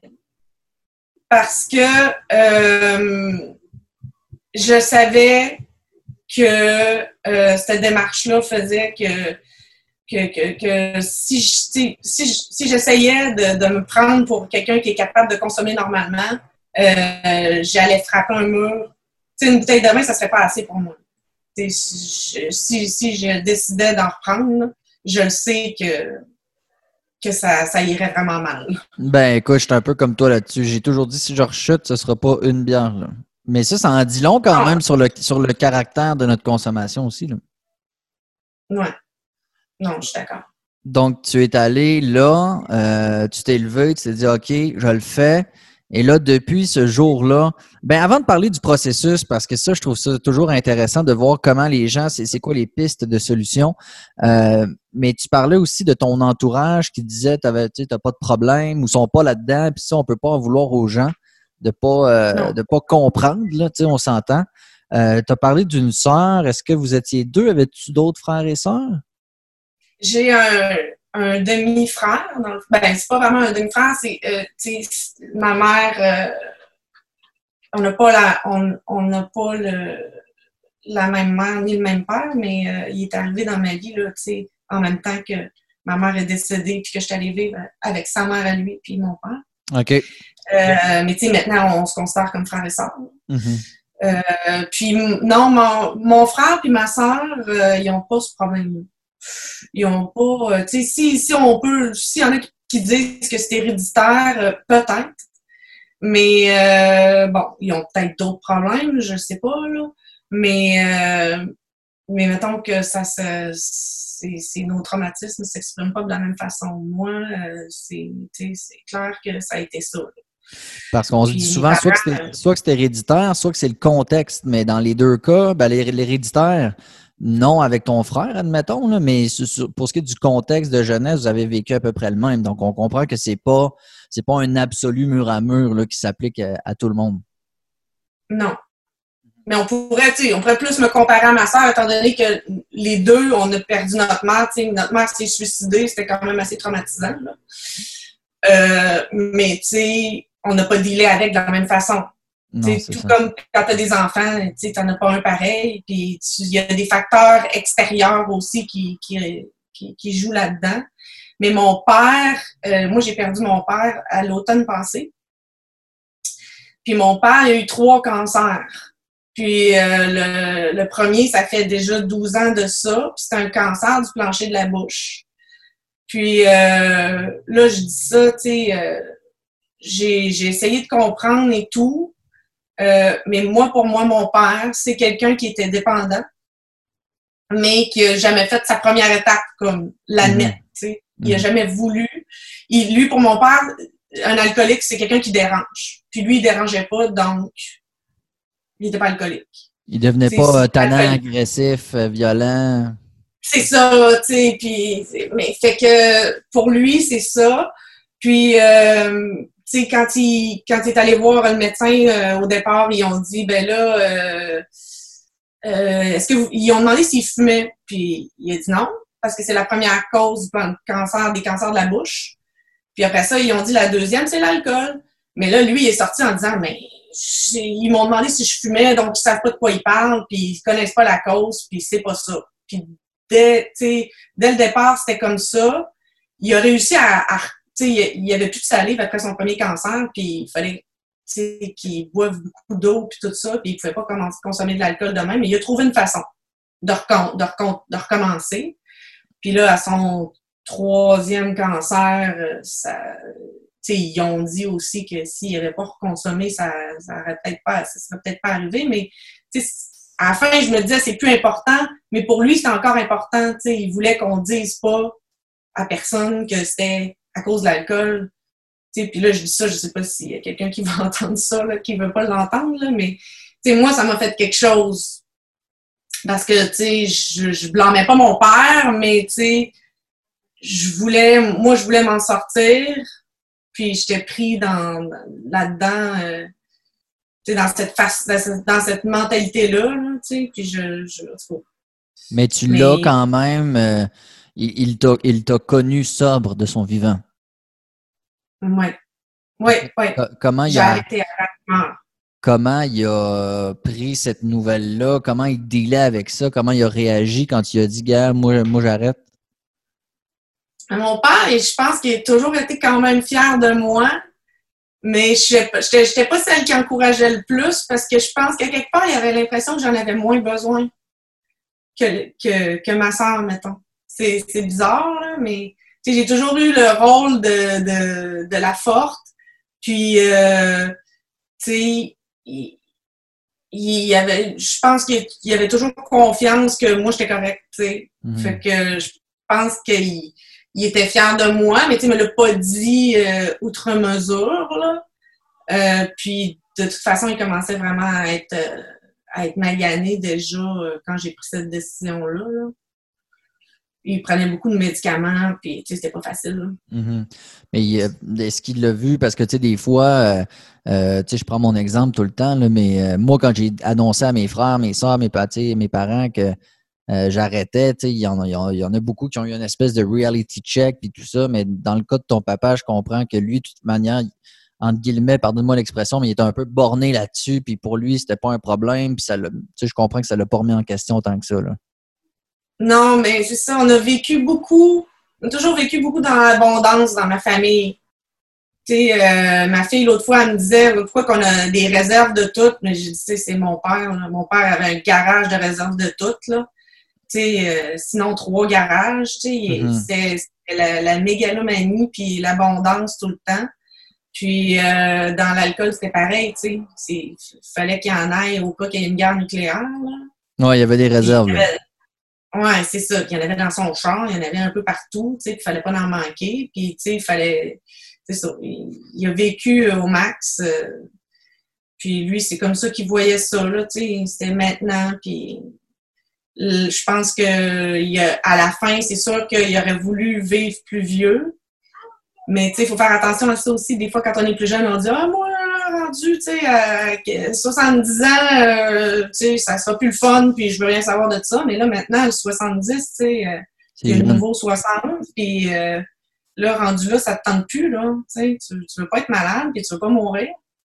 Parce que euh, je savais que euh, cette démarche-là faisait que, que, que, que si, je, si, si j'essayais de, de me prendre pour quelqu'un qui est capable de consommer normalement, euh, j'allais frapper un mur. T'sais, une bouteille de vin, ça ne serait pas assez pour moi. Si je, si, si je décidais d'en reprendre, je le sais que que ça, ça irait vraiment mal. Ben écoute, je suis un peu comme toi là-dessus. J'ai toujours dit si je rechute, ce ne sera pas une bière. Là. Mais ça, ça en dit long quand ah. même sur le, sur le caractère de notre consommation aussi. Là. Ouais. Non, je suis d'accord. Donc, tu es allé là, euh, tu t'es levé, tu t'es dit OK, je le fais. Et là, depuis ce jour-là, ben avant de parler du processus, parce que ça, je trouve ça toujours intéressant de voir comment les gens, c'est, c'est quoi les pistes de solutions. Euh, mais tu parlais aussi de ton entourage qui disait tu n'as pas de problème ou sont pas là-dedans, puis ça, on peut pas en vouloir aux gens de pas euh, de pas comprendre, là, tu sais, on s'entend. Euh, tu as parlé d'une sœur, est-ce que vous étiez deux? Avais-tu d'autres frères et sœurs? J'ai un, un demi-frère. Dans le, ben, c'est pas vraiment un demi-frère, c'est, euh, tu sais, ma mère, euh, on n'a pas la, on, on n'a pas le, la même mère ni le même père, mais euh, il est arrivé dans ma vie, là, tu sais, en même temps que ma mère est décédée, puis que je suis allée vivre avec sa mère à lui, puis mon père. OK. Euh, mais tu sais, maintenant, on se considère comme frères et sœurs. Mm-hmm. Euh, puis non, mon, mon frère puis ma sœur, euh, ils n'ont pas ce problème. Ils ont pas, euh, tu sais, si, si on peut, s'il y en a qui disent que c'est héréditaire, euh, peut-être. Mais euh, bon, ils ont peut-être d'autres problèmes, je sais pas, là. Mais, euh, mais mettons que ça se, c'est, c'est nos traumatismes ne s'expriment pas de la même façon. Moi, euh, c'est, c'est clair que ça a été ça, là. Parce qu'on se dit souvent soit que, c'est, soit que c'est héréditaire, soit que c'est le contexte. Mais dans les deux cas, ben, l'héréditaire, non avec ton frère, admettons, là, mais pour ce qui est du contexte de jeunesse, vous avez vécu à peu près le même. Donc, on comprend que c'est pas, c'est pas un absolu mur à mur là, qui s'applique à, à tout le monde. Non. Mais on pourrait, tu sais, on pourrait plus me comparer à ma sœur, étant donné que les deux, on a perdu notre mère. Tu sais, notre mère s'est suicidée, c'était quand même assez traumatisant, là. Euh, mais, tu sais, on n'a pas dealé avec de la même façon. Non, tout ça. Comme quand tu as des enfants, tu n'en as pas un pareil. Puis il y a des facteurs extérieurs aussi qui, qui, qui, qui jouent là-dedans. Mais mon père, euh, moi j'ai perdu mon père à l'automne passé. Puis mon père, il a eu trois cancers. Puis euh, le, le premier, ça fait déjà douze ans de ça. Puis c'est un cancer du plancher de la bouche. Puis euh, là, je dis ça, tu sais, euh, j'ai, j'ai essayé de comprendre et tout. Euh, mais moi, pour moi, mon père, c'est quelqu'un qui était dépendant, mais qui n'a jamais fait sa première étape, comme l'admettre. Mm-hmm. Tu sais. Il n'a mm-hmm. jamais voulu. Il, lui, pour mon père, un alcoolique, c'est quelqu'un qui dérange. Puis lui, il ne dérangeait pas, donc il n'était pas alcoolique. Il ne devenait pas tannant, agressif, violent. C'est ça, tu sais. Puis, mais fait que pour lui, c'est ça. Puis, euh, tu sais, quand il, quand il est allé voir le médecin, euh, au départ, ils ont dit, ben là, euh, euh, est-ce que vous, ils ont demandé s'il fumait, puis il a dit non, parce que c'est la première cause du cancer, des cancers de la bouche. Puis après ça, ils ont dit la deuxième, c'est l'alcool. Mais là, lui, il est sorti en disant, mais ils m'ont demandé si je fumais, donc ils savent pas de quoi ils parlent, puis ils connaissent pas la cause, puis c'est pas ça. Puis dès, tu sais, dès le départ, c'était comme ça. Il a réussi à, à tu sais, il avait plus de salive après son premier cancer, puis il fallait, tu sais, qu'il boive beaucoup d'eau, puis tout ça, puis il pouvait pas consommer de l'alcool de même, mais il a trouvé une façon de, recom- de, recom- de recommencer. Puis là, à son troisième cancer, ça, tu sais, ils ont dit aussi que s'il n'avait pas reconsommé, ça, ça aurait peut-être pas, ça serait peut-être pas arrivé, mais tu sais, à la fin, je me disais, c'est plus important, mais pour lui, c'est encore important, tu sais, il voulait qu'on dise pas à personne que c'était à cause de l'alcool. Puis là, je dis ça, je sais pas s'il y a quelqu'un qui va entendre ça, là, qui veut pas l'entendre, là, mais moi, ça m'a fait quelque chose. Parce que, tu sais, je, je blâmais pas mon père, mais, tu sais, je voulais, moi, je voulais m'en sortir, puis j'étais pris dans, là-dedans, euh, tu sais, dans cette face, dans cette mentalité-là, là, tu sais, puis je... je mais tu mais... l'as quand même... Euh... Il, il, t'a, il t'a connu sobre de son vivant. Oui. Oui, oui. Comment il J'ai a, arrêté rapidement. Comment il a pris cette nouvelle-là? Comment il dealait avec ça? Comment il a réagi quand il a dit « Gars, moi, moi j'arrête ». Mon père, je pense qu'il a toujours été quand même fier de moi, mais je n'étais pas celle qui encourageait le plus parce que je pense qu'à quelque part, il avait l'impression que j'en avais moins besoin que, que, que ma soeur, mettons. C'est, c'est bizarre, là, mais j'ai toujours eu le rôle de, de, de la forte. Puis, euh, tu sais, il, il avait, je pense qu'il il avait toujours confiance que moi, j'étais correcte, tu sais. Mm-hmm. Fait que je pense qu'il il était fier de moi, mais tu sais, il me l'a pas dit euh, outre mesure, là. Euh, puis, de toute façon, il commençait vraiment à être, euh, à être magané déjà euh, quand j'ai pris cette décision-là, là. Il prenait beaucoup de médicaments, puis tu sais, c'était pas facile. Mm-hmm. Mais euh, est-ce qu'il l'a vu? Parce que tu sais, des fois, euh, euh, tu sais, je prends mon exemple tout le temps, là, mais euh, moi, quand j'ai annoncé à mes frères, mes soeurs, mes, mes parents que euh, j'arrêtais. Tu sais, il y en a, il y en a, il y en a beaucoup qui ont eu une espèce de reality check puis tout ça, mais dans le cas de ton papa, je comprends que lui, de toute manière, entre guillemets, pardonne-moi l'expression, mais il était un peu borné là-dessus, puis pour lui, c'était pas un problème, puis ça l'a, tu sais, je comprends que ça l'a pas remis en question tant que ça, là. Non, mais c'est ça, on a vécu beaucoup, on a toujours vécu beaucoup dans l'abondance dans ma famille. Tu sais, euh, ma fille, l'autre fois, elle me disait pourquoi qu'on a des réserves de toutes, mais j'ai dit, tu sais, c'est mon père, là. Mon père avait un garage de réserve de toutes, là. Tu sais, euh, sinon trois garages, tu sais, Mm-hmm. c'était, c'était la, la mégalomanie puis l'abondance tout le temps. Puis euh, dans l'alcool, c'était pareil, tu sais. Il fallait qu'il y en ait au cas qu'il y ait une guerre nucléaire, là. Ouais, il y avait des Puis, réserves, là. euh, ouais, c'est ça. Puis il y en avait dans son char, il y en avait un peu partout, tu sais, puis il fallait pas en manquer. Puis, tu sais, il fallait... C'est ça. Il, il a vécu au max. Euh, puis lui, c'est comme ça qu'il voyait ça, là, tu sais. C'était maintenant, puis... Je pense que il a, à la fin, c'est sûr qu'il aurait voulu vivre plus vieux. Mais tu sais, il faut faire attention à ça aussi. Des fois, quand on est plus jeune, on dit ah, moi, rendu, tu sais, à soixante-dix ans, euh, tu sais, ça sera plus le fun, puis je veux rien savoir de ça. Mais là, maintenant, le soixante-dix, tu sais, euh, il y a le nouveau soixante, puis euh, là, rendu là, ça te tente plus, là. Tu sais, tu, tu veux pas être malade, puis tu veux pas mourir.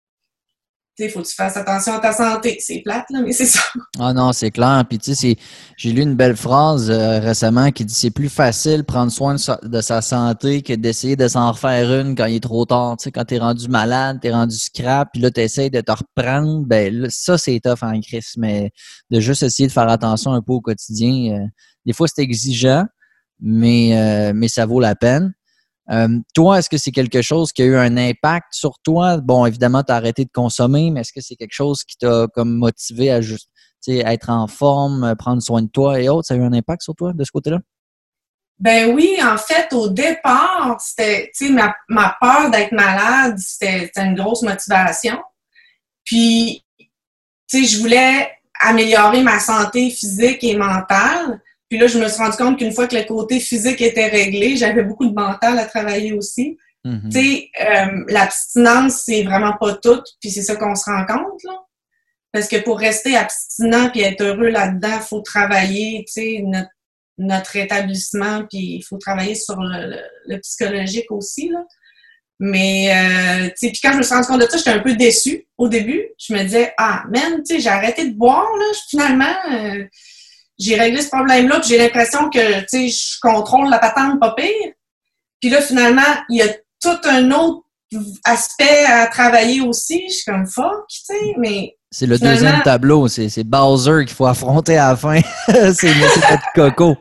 Il faut que tu fasses attention à ta santé. C'est plate, là, mais c'est ça. Ah non, c'est clair. Puis tu sais, j'ai lu une belle phrase euh, récemment qui dit c'est plus facile prendre soin de sa, de sa santé que d'essayer de s'en refaire une quand il est trop tard. Tu sais, quand t'es rendu malade, t'es rendu scrap, puis là, t'essayes de te reprendre, ben là, ça, c'est tough en crise. Mais de juste essayer de faire attention un peu au quotidien, euh, des fois, c'est exigeant, mais, euh, mais ça vaut la peine. Euh, toi, est-ce que c'est quelque chose qui a eu un impact sur toi? Bon, évidemment, tu as arrêté de consommer, mais est-ce que c'est quelque chose qui t'a comme motivé à juste être en forme, prendre soin de toi et autres? Ça a eu un impact sur toi de ce côté-là? Ben oui, en fait, au départ, c'était, tu sais, ma, ma peur d'être malade, c'était, c'était une grosse motivation. Puis, tu sais, je voulais améliorer ma santé physique et mentale. Puis là, je me suis rendu compte qu'une fois que le côté physique était réglé, j'avais beaucoup de mental à travailler aussi. Mm-hmm. Tu sais, euh, l'abstinence, c'est vraiment pas tout, puis c'est ça qu'on se rend compte, là. Parce que pour rester abstinent puis être heureux là-dedans, il faut travailler, tu sais, notre, notre rétablissement, puis il faut travailler sur le, le, le psychologique aussi, là. Mais, euh, tu sais, puis quand je me suis rendu compte de ça, j'étais un peu déçue au début. Je me disais, ah, man, tu sais, j'ai arrêté de boire, là. Finalement, euh, j'ai réglé ce problème-là, puis j'ai l'impression que, tu sais, je contrôle la patente pas pire. Puis là, finalement, il y a tout un autre aspect à travailler aussi. Je suis comme fuck, tu sais, mais... C'est le finalement... deuxième tableau, c'est, c'est Bowser qu'il faut affronter à la fin. c'est notre coco.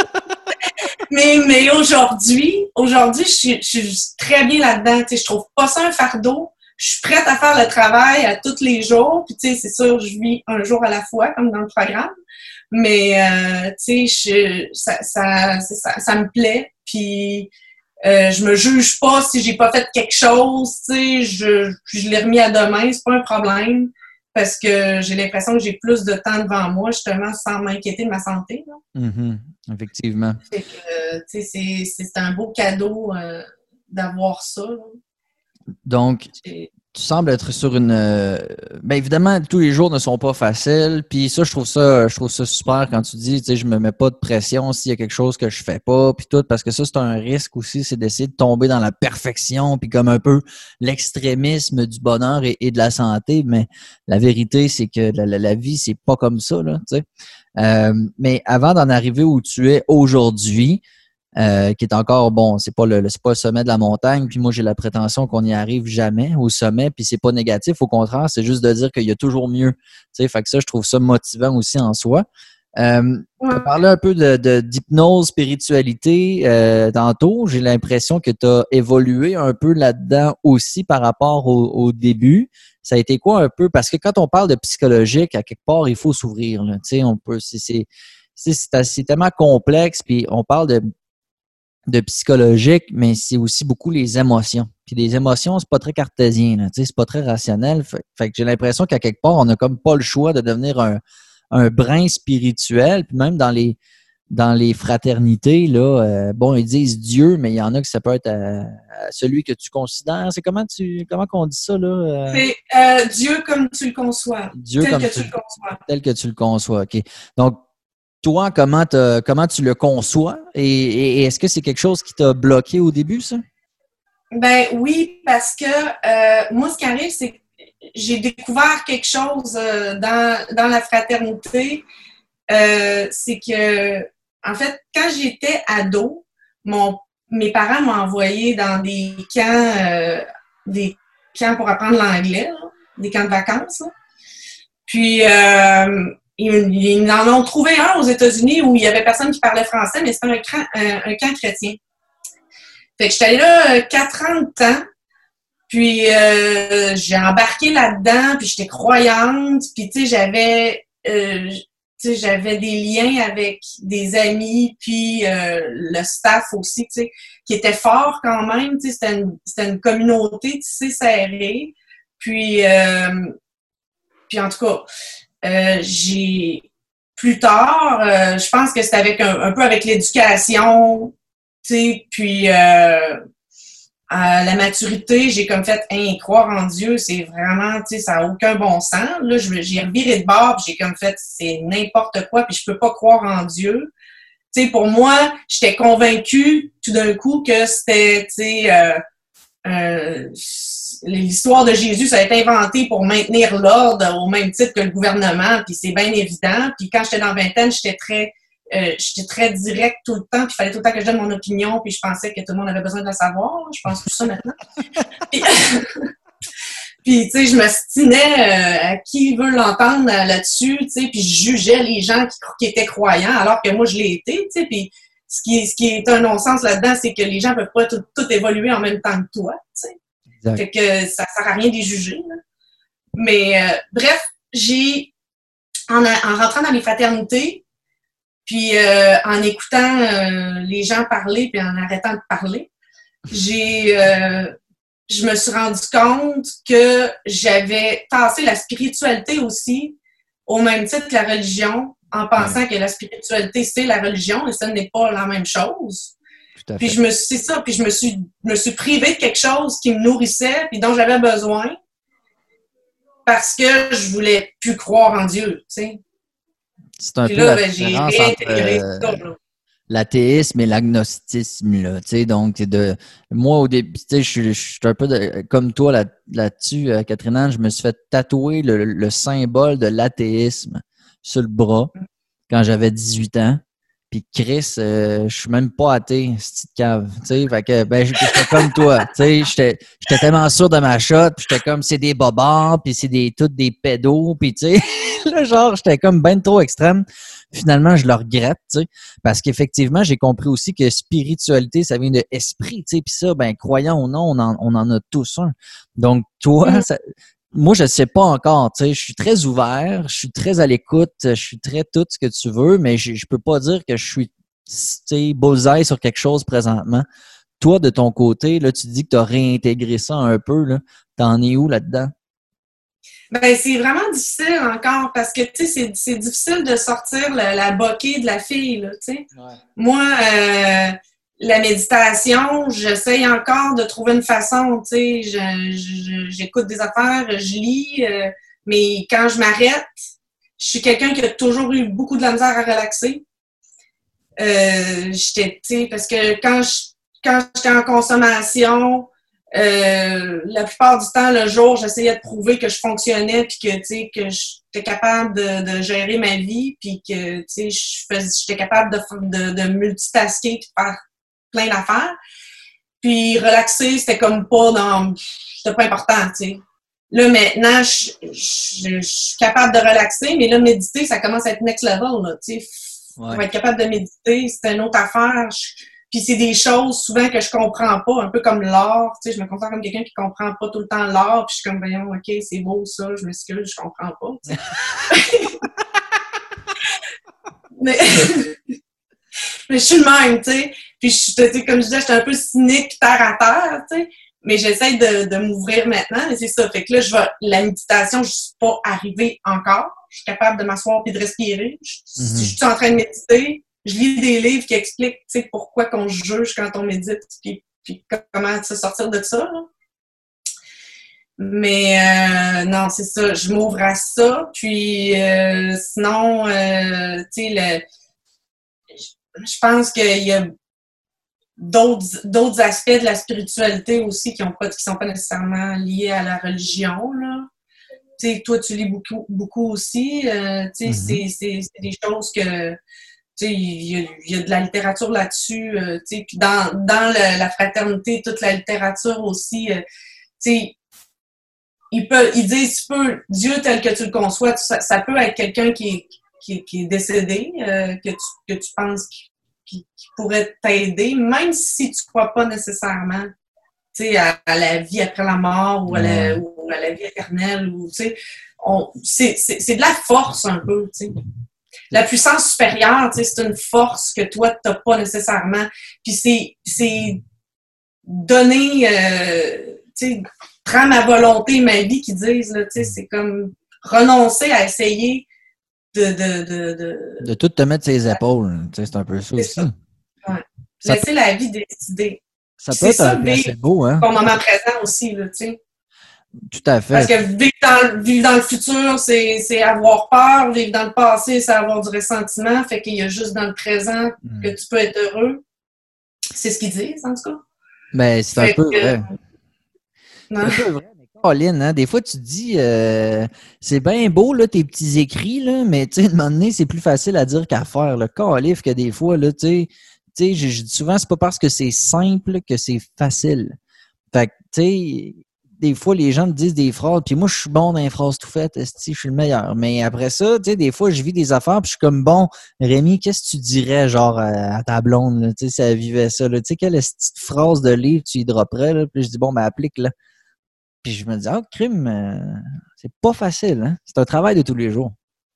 mais, mais aujourd'hui, aujourd'hui, je suis, je suis très bien là-dedans. Tu sais, je trouve pas ça un fardeau. Je suis prête à faire le travail à tous les jours. Puis, tu sais, c'est sûr, je vis un jour à la fois, comme dans le programme. Mais, euh, tu sais, je, ça, ça, ça, ça me plaît. Puis, euh, je me juge pas si j'ai pas fait quelque chose. Tu sais, je, je l'ai remis à demain. C'est pas un problème. Parce que j'ai l'impression que j'ai plus de temps devant moi, justement, sans m'inquiéter de ma santé. Mm-hmm. Effectivement. Fait que, euh, tu sais, c'est, c'est un beau cadeau euh, d'avoir ça. Là. Donc, c'est... tu sembles être sur une... Euh, bien évidemment, tous les jours ne sont pas faciles. Puis ça, je trouve ça je trouve ça super quand tu dis, tu sais, je me mets pas de pression s'il y a quelque chose que je fais pas, puis tout, parce que ça, c'est un risque aussi, c'est d'essayer de tomber dans la perfection, puis comme un peu l'extrémisme du bonheur et, et de la santé. Mais la vérité, c'est que la, la, la vie, c'est pas comme ça, là, tu sais. Euh, mais avant d'en arriver où tu es aujourd'hui, Euh, qui est encore, bon, c'est pas le, c'est pas le sommet de la montagne, puis moi j'ai la prétention qu'on n'y arrive jamais au sommet, puis c'est pas négatif, au contraire, c'est juste de dire qu'il y a toujours mieux. Tu sais, fait que ça, je trouve ça motivant aussi en soi. Euh, ouais. Tu as parlé un peu de, de, d'hypnose, spiritualité euh, tantôt. J'ai l'impression que tu as évolué un peu là-dedans aussi par rapport au, au début. Ça a été quoi un peu? Parce que quand on parle de psychologique, à quelque part, il faut s'ouvrir. Là. Tu sais, on peut, c'est, c'est, c'est, c'est, c'est tellement complexe, puis on parle de de psychologique, mais c'est aussi beaucoup les émotions. Puis les émotions, c'est pas très cartésien, là, tu sais, c'est pas très rationnel. Fait, fait que j'ai l'impression qu'à quelque part, on n'a comme pas le choix de devenir un, un brin spirituel. Puis même dans les dans les fraternités, là, euh, bon, ils disent Dieu, mais il y en a que ça peut être à, à celui que tu considères. C'est comment tu comment qu'on dit ça, là? Euh... C'est euh, Dieu comme tu le conçois. Dieu tel comme que tu, tu le conçois. Tel que tu le conçois, OK. Donc, toi, comment, comment tu le conçois? Et, et est-ce que c'est quelque chose qui t'a bloqué au début, ça? Ben oui, parce que euh, moi, ce qui arrive, c'est que j'ai découvert quelque chose euh, dans, dans la fraternité. Euh, c'est que, en fait, quand j'étais ado, mon, mes parents m'ont envoyé dans des camps, euh, des camps pour apprendre l'anglais, là, des camps de vacances. Là. Puis, euh, ils, ils en ont trouvé un aux États-Unis où il y avait personne qui parlait français, mais c'était un, camp, un, un camp chrétien. Fait que j'étais allée là quatre ans de temps. Puis euh, j'ai embarqué là-dedans, puis j'étais croyante, puis tu sais, j'avais euh, tu sais, j'avais des liens avec des amis, puis euh, le staff aussi, tu sais, qui était fort quand même, tu sais, c'était une, c'était une communauté, tu sais, serrée. Puis, euh, puis en tout cas, euh, j'ai plus tard, euh, je pense que c'était avec un, un peu avec l'éducation, tu sais, puis euh, à la maturité, j'ai comme fait, hein, croire en Dieu, c'est vraiment, tu sais, ça n'a aucun bon sens. Là, j'ai reviré de bord, puis j'ai comme fait, c'est n'importe quoi, puis je peux pas croire en Dieu. Tu sais, pour moi, j'étais convaincue tout d'un coup que c'était, tu sais, euh, euh, l'histoire de Jésus, ça a été inventé pour maintenir l'ordre au même titre que le gouvernement, puis c'est bien évident. Puis quand j'étais dans la vingtaine, j'étais très Euh, j'étais très directe tout le temps, puis il fallait tout le temps que je donne mon opinion, puis je pensais que tout le monde avait besoin de le savoir. Je pense plus ça maintenant. puis, puis tu sais, je m'ostinais euh, à qui veut l'entendre euh, là-dessus, tu sais, puis je jugeais les gens qui, qui étaient croyants, alors que moi, je l'ai été, tu sais, puis ce qui, ce qui est un non-sens là-dedans, c'est que les gens peuvent pas tout, tout évoluer en même temps que toi, tu sais. Exact. Fait que ça sert à rien de les juger, là. Mais euh, bref, j'ai, en, en rentrant dans les fraternités, puis euh, en écoutant euh, les gens parler puis en arrêtant de parler, j'ai, euh, je me suis rendu compte que j'avais tassé la spiritualité aussi au même titre que la religion, en pensant ouais. que la spiritualité c'est la religion et ce n'est pas la même chose. Tout à fait. Puis je me suis c'est ça, puis je me suis me suis privée de quelque chose qui me nourrissait puis dont j'avais besoin parce que je voulais plus croire en Dieu, tu sais. C'est un Puis peu là, la ben, différence entre euh, l'athéisme et l'agnosticisme. Là, donc, de, moi, au début, je, je suis un peu de, comme toi là, là-dessus, euh, Catherine Anne, je me suis fait tatouer le, le symbole de l'athéisme sur le bras quand j'avais dix-huit ans. Puis Chris, euh, je suis même pas athée, c'est petite cave. T'sais, fait que ben j'étais comme toi. J'étais, j'étais tellement sûr de ma shot, puis j'étais comme c'est des bobards, puis c'est des toutes des pédos, puis tu sais, le genre, j'étais comme ben trop extrême. Finalement, je le regrette, tu sais, parce qu'effectivement, j'ai compris aussi que spiritualité, ça vient de esprit, tu sais, puis ça, ben croyant ou non, on en, on en a tous un. Donc toi, mmh. ça, moi, je ne sais pas encore, tu sais, je suis très ouvert, je suis très à l'écoute, je suis très tout ce que tu veux, mais je ne peux pas dire que je suis, tu sais, bullseye sur quelque chose présentement. Toi, de ton côté, là, tu dis que tu as réintégré ça un peu, là. T'en es où là-dedans? Ben, c'est vraiment difficile encore parce que, tu sais, c'est, c'est difficile de sortir la, la bokeh de la fille, là, tu sais. Ouais. Moi, euh, la méditation, j'essaye encore de trouver une façon, tu sais, je, je, j'écoute des affaires, je lis, euh, mais quand je m'arrête, je suis quelqu'un qui a toujours eu beaucoup de la misère à relaxer. Euh, j'étais, tu sais, parce que quand, je, quand j'étais en consommation, euh, la plupart du temps, le jour, j'essayais de prouver que je fonctionnais puis que, tu sais, que j'étais capable de, de gérer ma vie puis que, tu sais, je faisais, j'étais capable de, de, de multitasker puis de faire plein d'affaires. Puis relaxer, c'était comme pas dans... C'était pas important, tu sais. Là, maintenant, je, je, je suis capable de relaxer, mais là, méditer, ça commence à être next level, là, tu sais. Ouais. Pour être capable de méditer, c'est une autre affaire. Je, puis c'est des choses, souvent, que je comprends pas, un peu comme l'art, tu sais. Je me considère comme quelqu'un qui comprend pas tout le temps l'art, puis je suis comme, voyons, OK, c'est beau, ça, je m'excuse, je comprends pas, tu sais. mais... mais je suis le même, tu sais. Puis, je, tu sais, comme je disais, j'étais un peu cynique, terre à terre, tu sais. Mais j'essaie de, de m'ouvrir maintenant, et c'est ça. Fait que là, je vais, la méditation, je suis pas arrivée encore. Je suis capable de m'asseoir et de respirer. Je, mm-hmm. Si je suis en train de méditer, je lis des livres qui expliquent, tu sais, pourquoi qu'on juge quand on médite, puis, puis comment se sortir de ça, là. Mais euh, non, c'est ça. Je m'ouvre à ça. Puis, euh, sinon, euh, tu sais, le... je pense qu'il y a d'autres, d'autres aspects de la spiritualité aussi qui ont pas, qui sont pas nécessairement liés à la religion, là. Tu sais, toi, tu lis beaucoup, beaucoup aussi. Euh, tu sais, Mm-hmm. c'est, c'est, c'est des choses que... Tu sais, il y, a, il y a de la littérature là-dessus. Euh, tu sais, puis dans, dans le, la fraternité, toute la littérature aussi, euh, tu sais, ils, peuvent, ils disent, tu peux, Dieu tel que tu le conçois, ça, ça peut être quelqu'un qui est, qui, qui est décédé, euh, que, tu, que tu penses qui, qui, qui pourrait t'aider, même si tu ne crois pas nécessairement à, à la vie après la mort ou à la, Ouais. ou à la vie éternelle. Ou, on, c'est, c'est, c'est de la force un peu. T'sais. La puissance supérieure, c'est une force que toi, tu n'as pas nécessairement. Puis c'est, c'est donner, euh, prends ma volonté, ma vie, qu'ils disent. Là, c'est comme renoncer à essayer de... De, de, de... de tout te mettre ses épaules. C'est un peu ça c'est aussi. ça. Ouais. Ça Laisser la vie décider. Ça Puis peut c'est être un ça, vivre placebo, hein? ton moment présent aussi, là, tu sais. Tout à Parce fait. que vivre dans, vivre dans le futur, c'est, c'est avoir peur. Vivre dans le passé, c'est avoir du ressentiment. Fait qu'il y a juste dans le présent que Mm. tu peux être heureux. C'est ce qu'ils disent, en tout cas. Ben, c'est un Fait peu que... vrai. Non. C'est un peu vrai, mais Caroline, hein, des fois, tu te dis, euh, c'est bien beau, là, tes petits écrits, là, mais, tu sais, de un moment donné, c'est plus facile à dire qu'à faire, le calif, que des fois, là, tu sais, tu sais, je je dis souvent, c'est pas parce que c'est simple que c'est facile. Fait que, tu sais, des fois, les gens me disent des phrases, puis moi, je suis bon dans les phrases tout faites, esti, je suis le meilleur. Mais après ça, tu sais, des fois, je vis des affaires, puis je suis comme, bon, Rémi, qu'est-ce que tu dirais, genre, à, à ta blonde, là, tu sais, si elle vivait ça, là, tu sais, quelle petite phrase de livre tu y dropperais, là, puis je dis, bon, ben, applique, là. Puis je me dis, ah, crime, euh, c'est pas facile, hein? C'est un travail de tous les jours.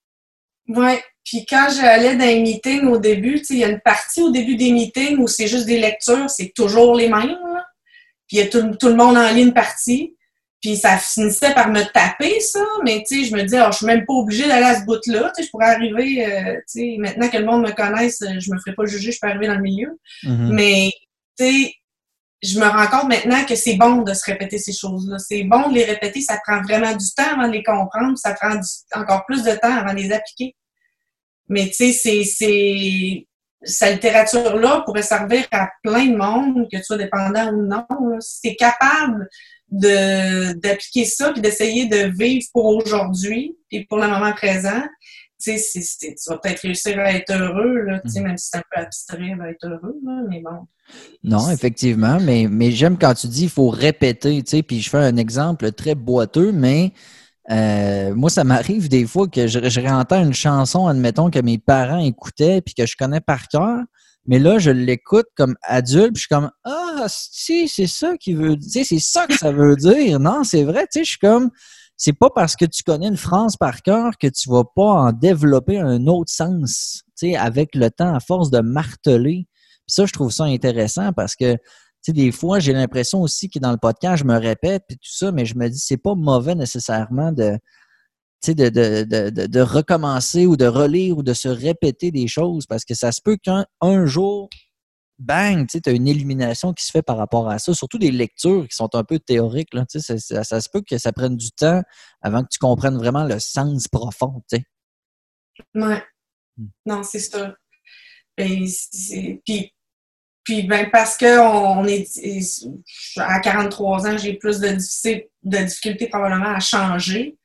Ouais. Puis quand j'allais dans les meetings au début, tu sais, il y a une partie au début des meetings où c'est juste des lectures, c'est toujours les mêmes, là. Puis il y a tout, tout le monde en ligne partie. Puis ça finissait par me taper, ça. Mais tu sais, je me disais, oh, je suis même pas obligée d'aller à ce bout-là. Tu sais, je pourrais arriver, euh, tu sais, maintenant que le monde me connaisse, je me ferai pas juger, je peux arriver dans le milieu. Mm-hmm. Mais, tu sais, je me rends compte maintenant que c'est bon de se répéter ces choses-là. C'est bon de les répéter, ça prend vraiment du temps avant de les comprendre, ça prend du, encore plus de temps avant de les appliquer. Mais tu sais, c'est, c'est, cette littérature-là pourrait servir à plein de monde, que tu sois dépendant ou non. Là. Si tu es capable de, d'appliquer ça puis d'essayer de vivre pour aujourd'hui et pour le moment présent, tu sais, c'est, c'est, tu vas peut-être réussir à être heureux, là, tu sais, même si c'est un peu abstrait, à être heureux, là, mais bon. Non, effectivement, mais, mais j'aime quand tu dis qu'il faut répéter, tu sais, puis je fais un exemple très boiteux, mais euh, moi, ça m'arrive des fois que je, je réentends une chanson, admettons, que mes parents écoutaient puis que je connais par cœur, mais là, je l'écoute comme adulte, puis je suis comme ah, si, c'est ça qui veut dire, c'est ça que ça veut dire. Non, c'est vrai, tu sais, je suis comme c'est pas parce que tu connais une phrase par cœur que tu vas pas en développer un autre sens, tu sais, avec le temps, à force de marteler. Puis ça, je trouve ça intéressant parce que, tu sais, des fois, j'ai l'impression aussi que dans le podcast, je me répète puis tout ça, mais je me dis, c'est pas mauvais nécessairement de, tu sais, de, de, de, de, de recommencer ou de relire ou de se répéter des choses parce que ça se peut qu'un un jour, bang, tu sais, as une illumination qui se fait par rapport à ça, surtout des lectures qui sont un peu théoriques, là, tu sais, ça, ça, ça se peut que ça prenne du temps avant que tu comprennes vraiment le sens profond, tu sais. Ouais. Non, c'est ça. Et c'est, puis, puis ben parce que on est à quarante-trois ans, j'ai plus de difficultés, de difficultés probablement à changer.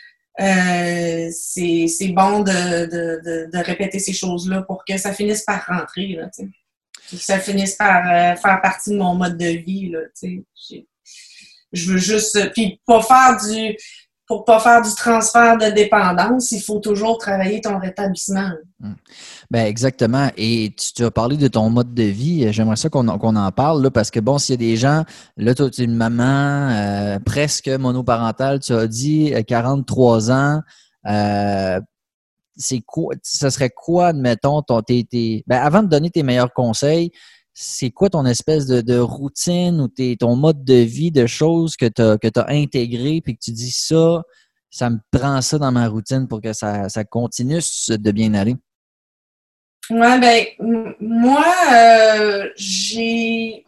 Euh, c'est, c'est bon de, de, de, de répéter ces choses-là pour que ça finisse par rentrer, là, tu sais. Puis que ça finisse par euh, faire partie de mon mode de vie, là, tu sais. Je veux juste, puis pas faire du, pour pas faire du transfert de dépendance, il faut toujours travailler ton rétablissement. Hum. Ben exactement. Et tu, tu as parlé de ton mode de vie. J'aimerais ça qu'on, qu'on en parle là, parce que bon, s'il y a des gens, là, tu es une maman euh, presque monoparentale, tu as dit euh, quarante-trois ans. Euh, c'est quoi, ça serait quoi, admettons, ton, tes, tes, ben, avant de donner tes meilleurs conseils, c'est quoi ton espèce de, de routine ou tes, ton mode de vie, de choses que tu as que tu as intégré puis que tu dis ça, ça me prend ça dans ma routine pour que ça, ça continue de bien aller? Ouais, ben, m- moi, euh, j'ai.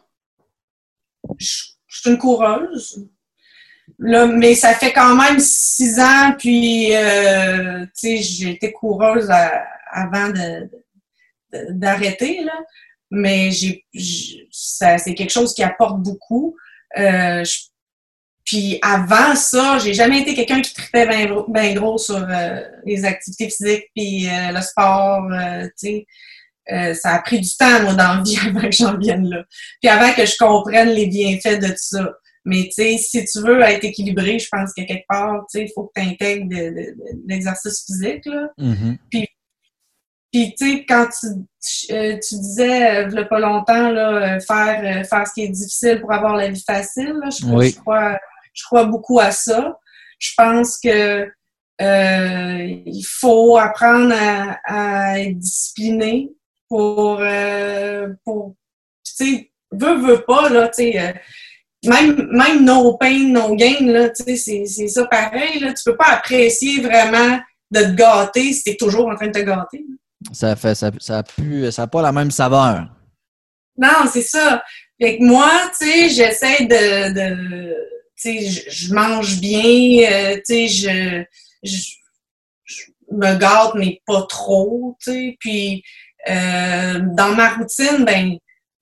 Je je suis une coureuse. Là, mais ça fait quand même six ans, puis, euh, tu sais, j'ai été coureuse à- avant de, d'arrêter, là. Mais j'ai, j'ai ça, c'est quelque chose qui apporte beaucoup. Euh, je, puis avant ça, j'ai jamais été quelqu'un qui tripait bien gros, ben gros sur euh, les activités physiques puis euh, le sport, euh, tu sais. Euh, ça a pris du temps, moi, dans la vie avant que j'en vienne là. Puis avant que je comprenne les bienfaits de tout ça. Mais, tu sais, si tu veux être équilibré, je pense que quelque part, tu sais, il faut que tu intègres de, de, de, l'exercice physique, là. Mm-hmm. Puis, puis tu sais, quand tu, euh, tu disais, euh, il y a pas longtemps, là, faire, euh, faire ce qui est difficile pour avoir la vie facile, là, je, oui. je crois, je crois beaucoup à ça. Je pense que euh, il faut apprendre à, à être discipliné pour, euh, pour tu sais, veux, veux pas, là, tu sais, euh, même, même no pain, no gain, là, tu sais, c'est, c'est ça pareil, là, tu peux pas apprécier vraiment de te gâter si t'es toujours en train de te gâter. Ça fait, ça, ça a pu, ça a pas la même saveur. Non, c'est ça. Fait que moi, tu sais, j'essaie de, de tu sais, je, je mange bien, euh, tu sais, je, je, je me gâte, mais pas trop, tu sais, puis euh, dans ma routine, ben,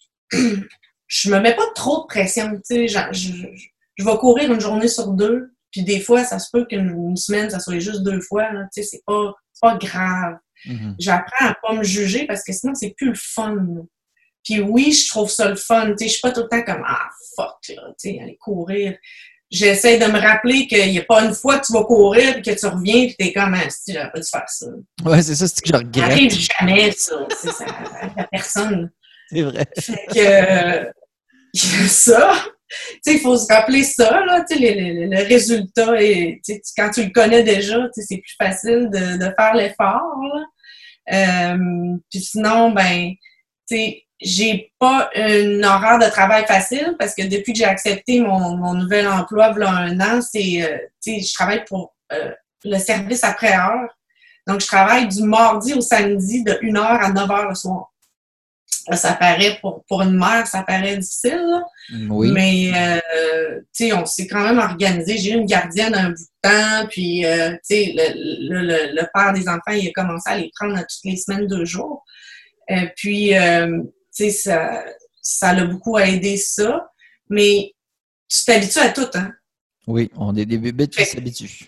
je me mets pas trop de pression, tu sais, je, je, je vais courir une journée sur deux, puis des fois, ça se peut qu'une semaine, ça soit juste deux fois, là, tu sais, c'est pas, c'est pas grave. Mm-hmm. J'apprends à pas me juger parce que sinon, c'est plus le fun. Puis oui, je trouve ça le fun, tu sais, je suis pas tout le temps comme « Ah, fuck, là, tu sais, aller courir ». J'essaie de me rappeler qu'il n'y a pas une fois que tu vas courir et que tu reviens et t'es comme « Ah, si, j'aurais pas dû faire ça ». Ouais, c'est ça, c'est que je regrette. Ça n'arrive jamais, ça. C'est ça, à personne. C'est vrai. Fait que, euh, ça, tu sais, il faut se rappeler ça, là, tu sais, le, le, le résultat, est, tu sais, quand tu le connais déjà, tu sais, c'est plus facile de, de faire l'effort, là. Euh, puis sinon, ben, tu sais, j'ai pas un horaire de travail facile parce que depuis que j'ai accepté mon, mon nouvel emploi, il y a un an, c'est, euh, tu sais, je travaille pour euh, le service après heure. Donc, je travaille du mardi au samedi de une heure à neuf heures le soir. Là, ça paraît, pour, pour une mère, ça paraît difficile, là. Oui. Mais, euh, tu sais, on s'est quand même organisé. J'ai eu une gardienne un bout de temps, puis, euh, tu sais, le, le, le, le père des enfants, il a commencé à les prendre à toutes les semaines, deux jours. Euh, puis, euh, tu sais, ça, ça l'a beaucoup aidé ça. Mais tu t'habitues à tout, hein? Oui, on est des bébés qui s'habituent.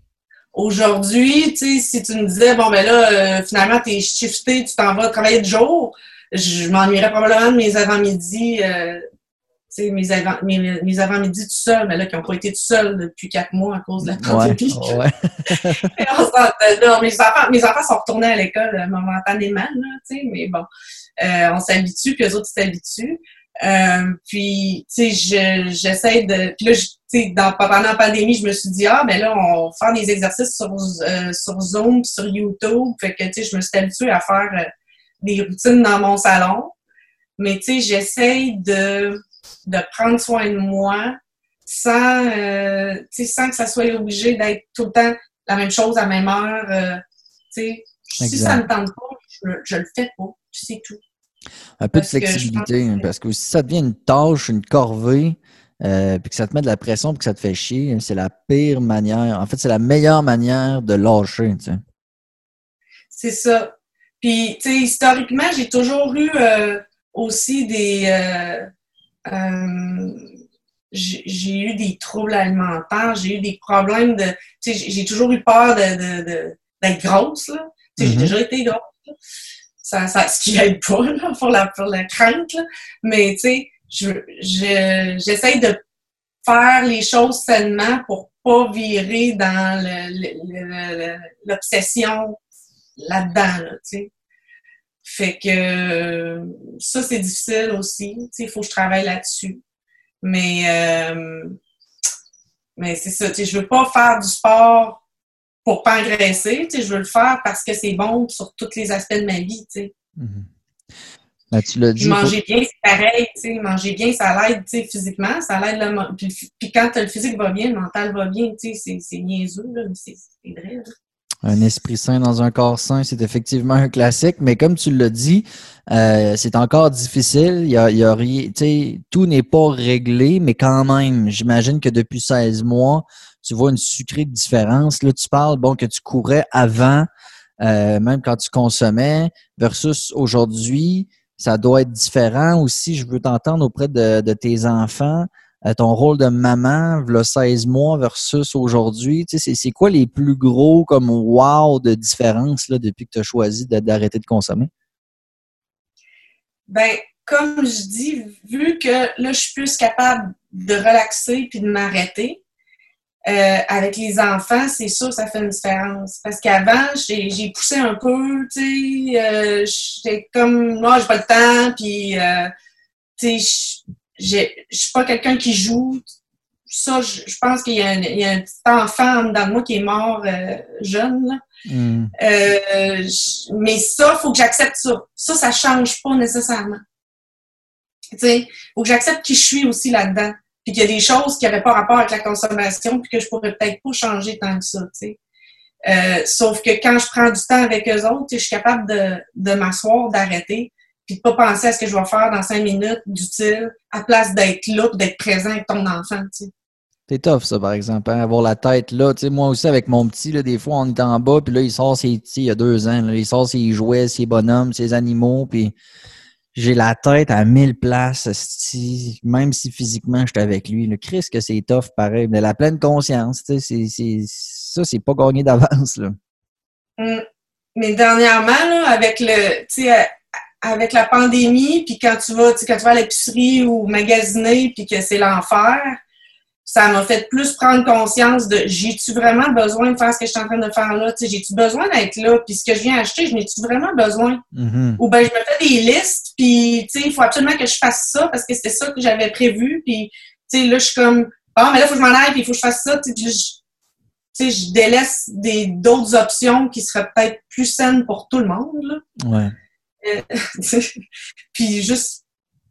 Aujourd'hui, tu sais, si tu me disais, bon, ben là, euh, finalement, t'es shifté, tu t'en vas travailler de jour, je m'ennuierais probablement de mes avant-midi, euh, tu sais, mes, avant, mes, mes avant-midi tout seul, mais là, qui n'ont pas été tout seuls depuis quatre mois à cause de la pandémie. Ouais, ouais. non, mes, enfants, mes enfants sont retournés à l'école momentanément, là, tu sais, mais bon, euh, on s'habitue, puis eux autres, ils s'habituent. Euh, puis, tu sais, je, j'essaie de... Puis là, tu sais, pendant la pandémie, je me suis dit, ah, ben là, on va faire des exercices sur, euh, sur Zoom, sur YouTube. Fait que, tu sais, je me suis habituée à faire euh, des routines dans mon salon. Mais, tu sais, j'essaie de, de prendre soin de moi sans, euh, tu sais, sans que ça soit obligé d'être tout le temps la même chose à la même heure. Euh, tu sais, si ça ne me tente pas, je, je le fais pas. C'est tout. Un peu parce de flexibilité, que que... parce que si ça devient une tâche, une corvée, euh, puis que ça te met de la pression puis que ça te fait chier, c'est la pire manière. En fait, c'est la meilleure manière de lâcher, tu sais. C'est ça. Puis, tu sais, historiquement, j'ai toujours eu euh, aussi des... Euh, euh, j'ai, j'ai eu des troubles alimentaires, j'ai eu des problèmes de... Tu sais, j'ai toujours eu peur de, de, de, d'être grosse, là. Tu sais, mm-hmm. J'ai déjà été grosse, là. Ça, ça, ce qui aide pas là, pour, la, pour la crainte. Là. Mais tu sais, je, je, j'essaie de faire les choses sainement pour pas virer dans le, le, le, l'obsession là-dedans. Là, tu sais. Fait que ça, c'est difficile aussi. Tu sais, il faut que je travaille là-dessus. Mais, euh, mais c'est ça. Tu sais, je veux pas faire du sport pour pas engraisser, tu sais, je veux le faire parce que c'est bon sur tous les aspects de ma vie, tu sais. Mm-hmm. Ben, tu l'as dit. Puis manger bien, c'est pareil, tu sais. Manger bien, ça l'aide, tu sais, physiquement, ça l'aide le... Puis, puis quand le physique va bien, le mental va bien, tu sais, c'est, c'est niaiseux, là, mais c'est, c'est vrai, là. Un esprit sain dans un corps sain, c'est effectivement un classique, mais comme tu l'as dit, euh, c'est encore difficile. Il y a, il y a rien, tu sais, tout n'est pas réglé, mais quand même, j'imagine que depuis seize mois, tu vois une sucrée de différence. Là, tu parles, bon, que tu courais avant. euh, même quand tu consommais, versus aujourd'hui, ça doit être différent aussi. Je veux t'entendre auprès de, de tes enfants, euh, ton rôle de maman, v'là seize mois versus aujourd'hui. Tu sais, c'est, c'est quoi les plus gros comme wow de différence là, depuis que tu as choisi de, d'arrêter de consommer? Ben, comme je dis, vu que là, je suis plus capable de relaxer puis de m'arrêter, euh, avec les enfants, c'est sûr, ça fait une différence. Parce qu'avant, j'ai, j'ai poussé un peu, tu sais, euh, j'étais comme, moi, j'ai pas le temps, puis, euh, tu sais, je suis pas quelqu'un qui joue. Ça, je, je pense qu'il y a, un, il y a un petit enfant dans moi qui est mort euh, jeune, là. Mm. Euh, je, mais ça, il faut que j'accepte ça. Ça, ça change pas nécessairement. Tu sais, faut que j'accepte qui je suis aussi là-dedans. Puis qu'il y a des choses qui n'avaient pas rapport avec la consommation puis que je pourrais peut-être pas changer tant que ça, tu sais. Euh, sauf que quand je prends du temps avec eux autres, je suis capable de, de m'asseoir, d'arrêter, puis de pas penser à ce que je vais faire dans cinq minutes d'utile, à place d'être là, d'être présent avec ton enfant, tu sais. C'est tough, ça, par exemple, hein? Avoir la tête là. Tu sais, moi aussi, avec mon petit, là, des fois, on est en bas, puis là, il sort ses, il y a deux ans, là, il sort ses jouets, ses bonhommes, ses animaux, puis j'ai la tête à mille places, si, même si physiquement, je suis avec lui. Le Chris, que c'est tough, pareil. Mais la pleine conscience, tu sais, c'est, c'est, ça, c'est pas gagné d'avance, là. Hum. Mais dernièrement, là, avec le, tu sais, avec la pandémie, puis quand tu vas, tu sais, quand tu vas à l'épicerie ou magasiner, puis que c'est l'enfer, ça m'a fait plus prendre conscience de j'ai-tu vraiment besoin de faire ce que je suis en train de faire là? Tu sais, j'ai-tu besoin d'être là? Puis ce que je viens acheter, je n'ai-tu vraiment besoin? Mm-hmm. Ou bien je me fais des listes, puis tu sais, il faut absolument que je fasse ça parce que c'était ça que j'avais prévu. Puis tu sais, là, je suis comme ah, mais là, il faut que je m'en aille, puis il faut que je fasse ça. Tu sais, je, tu sais, je délaisse des, d'autres options qui seraient peut-être plus saines pour tout le monde, là. Ouais. Euh, puis juste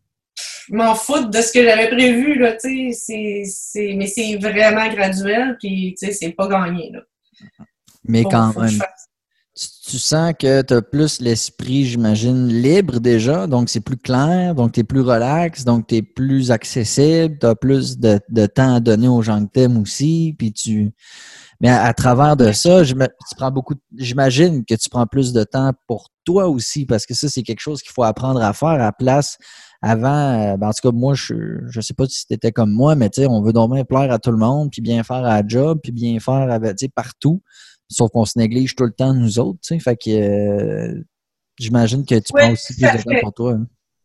m'en foutre de ce que j'avais prévu, là, tu sais, c'est, c'est, mais c'est vraiment graduel, puis, tu sais, c'est pas gagné, là. Mais faut, quand faut même, tu, tu sens que tu as plus l'esprit, j'imagine, libre déjà, donc c'est plus clair, donc tu es plus relax, donc tu es plus accessible, tu as plus de, de temps à donner aux gens que t'aimes aussi, puis tu... Mais à, à travers de ça, je me, tu prends beaucoup, j'imagine que tu prends plus de temps pour toi aussi, parce que ça, c'est quelque chose qu'il faut apprendre à faire à place. Avant, ben en tout cas, moi, je je sais pas si c'était comme moi, mais tu sais, on veut donc bien plaire à tout le monde, puis bien faire à la job, puis bien faire avec, tu sais, partout. Sauf qu'on se néglige tout le temps, nous autres, tu sais. Fait que euh, j'imagine que tu oui, prends aussi plus de temps pour toi. Hein.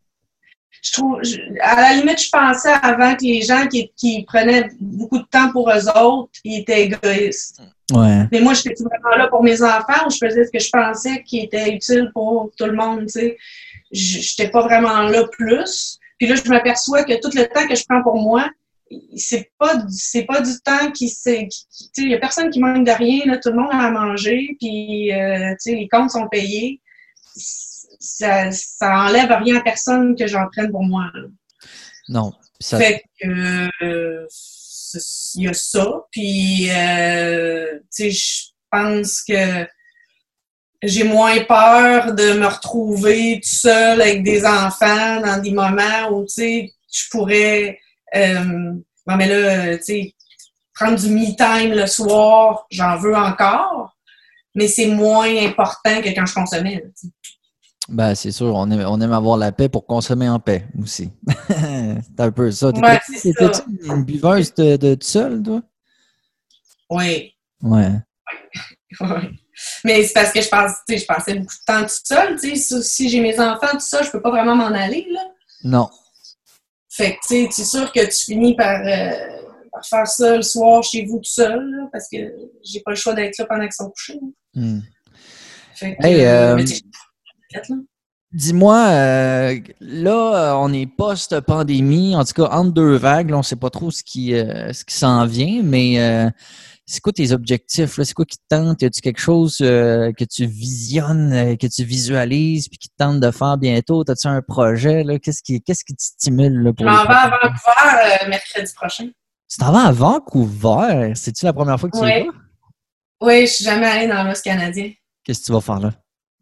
Je trouve, je, à la limite, je pensais avant que les gens qui, qui prenaient beaucoup de temps pour eux autres, ils étaient égoïstes. Ouais. Mais moi, j'étais vraiment là pour mes enfants, où je faisais ce que je pensais qui était utile pour tout le monde, tu sais. J'étais pas vraiment là plus. Puis là, je m'aperçois que tout le temps que je prends pour moi, c'est pas c'est pas du temps qui c'est tu sais, il y a personne qui manque de rien, là, tout le monde a à manger, puis euh, tu sais, les comptes sont payés. Ça, ça enlève rien à personne que j'en prenne pour moi, là. Non. Ça... Fait que euh, il y a ça, puis euh, tu sais, je pense que j'ai moins peur de me retrouver tout seul avec des enfants dans des moments où, tu sais, je pourrais, euh, bon, mais là, tu sais, prendre du me-time le soir, j'en veux encore, mais c'est moins important que quand je consommais, là, tu sais. Ben, c'est sûr, on aime, on aime avoir la paix pour consommer en paix aussi. C'est un peu ça. Ouais, c'est T'étais-tu ça. une buveuse de, de, de seule, toi? Oui. Ouais. Oui. Mais c'est parce que je pense, tu sais, je passais beaucoup de temps toute seule, tu sais. Si j'ai mes enfants, tout ça, je peux pas vraiment m'en aller, là. Non. Fait que, tu sais, c'est sûr que tu finis par, euh, par faire ça le soir chez vous tout seul, là, parce que j'ai pas le choix d'être là pendant qu'ils sont couchés. Mm. Fait que, hey, euh, mais là. Dis-moi, euh, là, on est post-pandémie, en tout cas, entre deux vagues, là, on ne sait pas trop ce qui, euh, ce qui s'en vient, mais euh, c'est quoi tes objectifs? Là? C'est quoi qui te tente? Y a-tu quelque chose euh, que tu visionnes, euh, que tu visualises, puis qui te tente de faire bientôt? As-tu un projet? Là? Qu'est-ce qui, qu'est-ce qui te stimule? Là, pour Je m'en vais à Vancouver euh, mercredi prochain. Tu t'en vas à Vancouver? C'est-tu la première fois que tu oui. y vas? Oui, je ne suis jamais allée dans l'Ouest canadien. Qu'est-ce que tu vas faire là?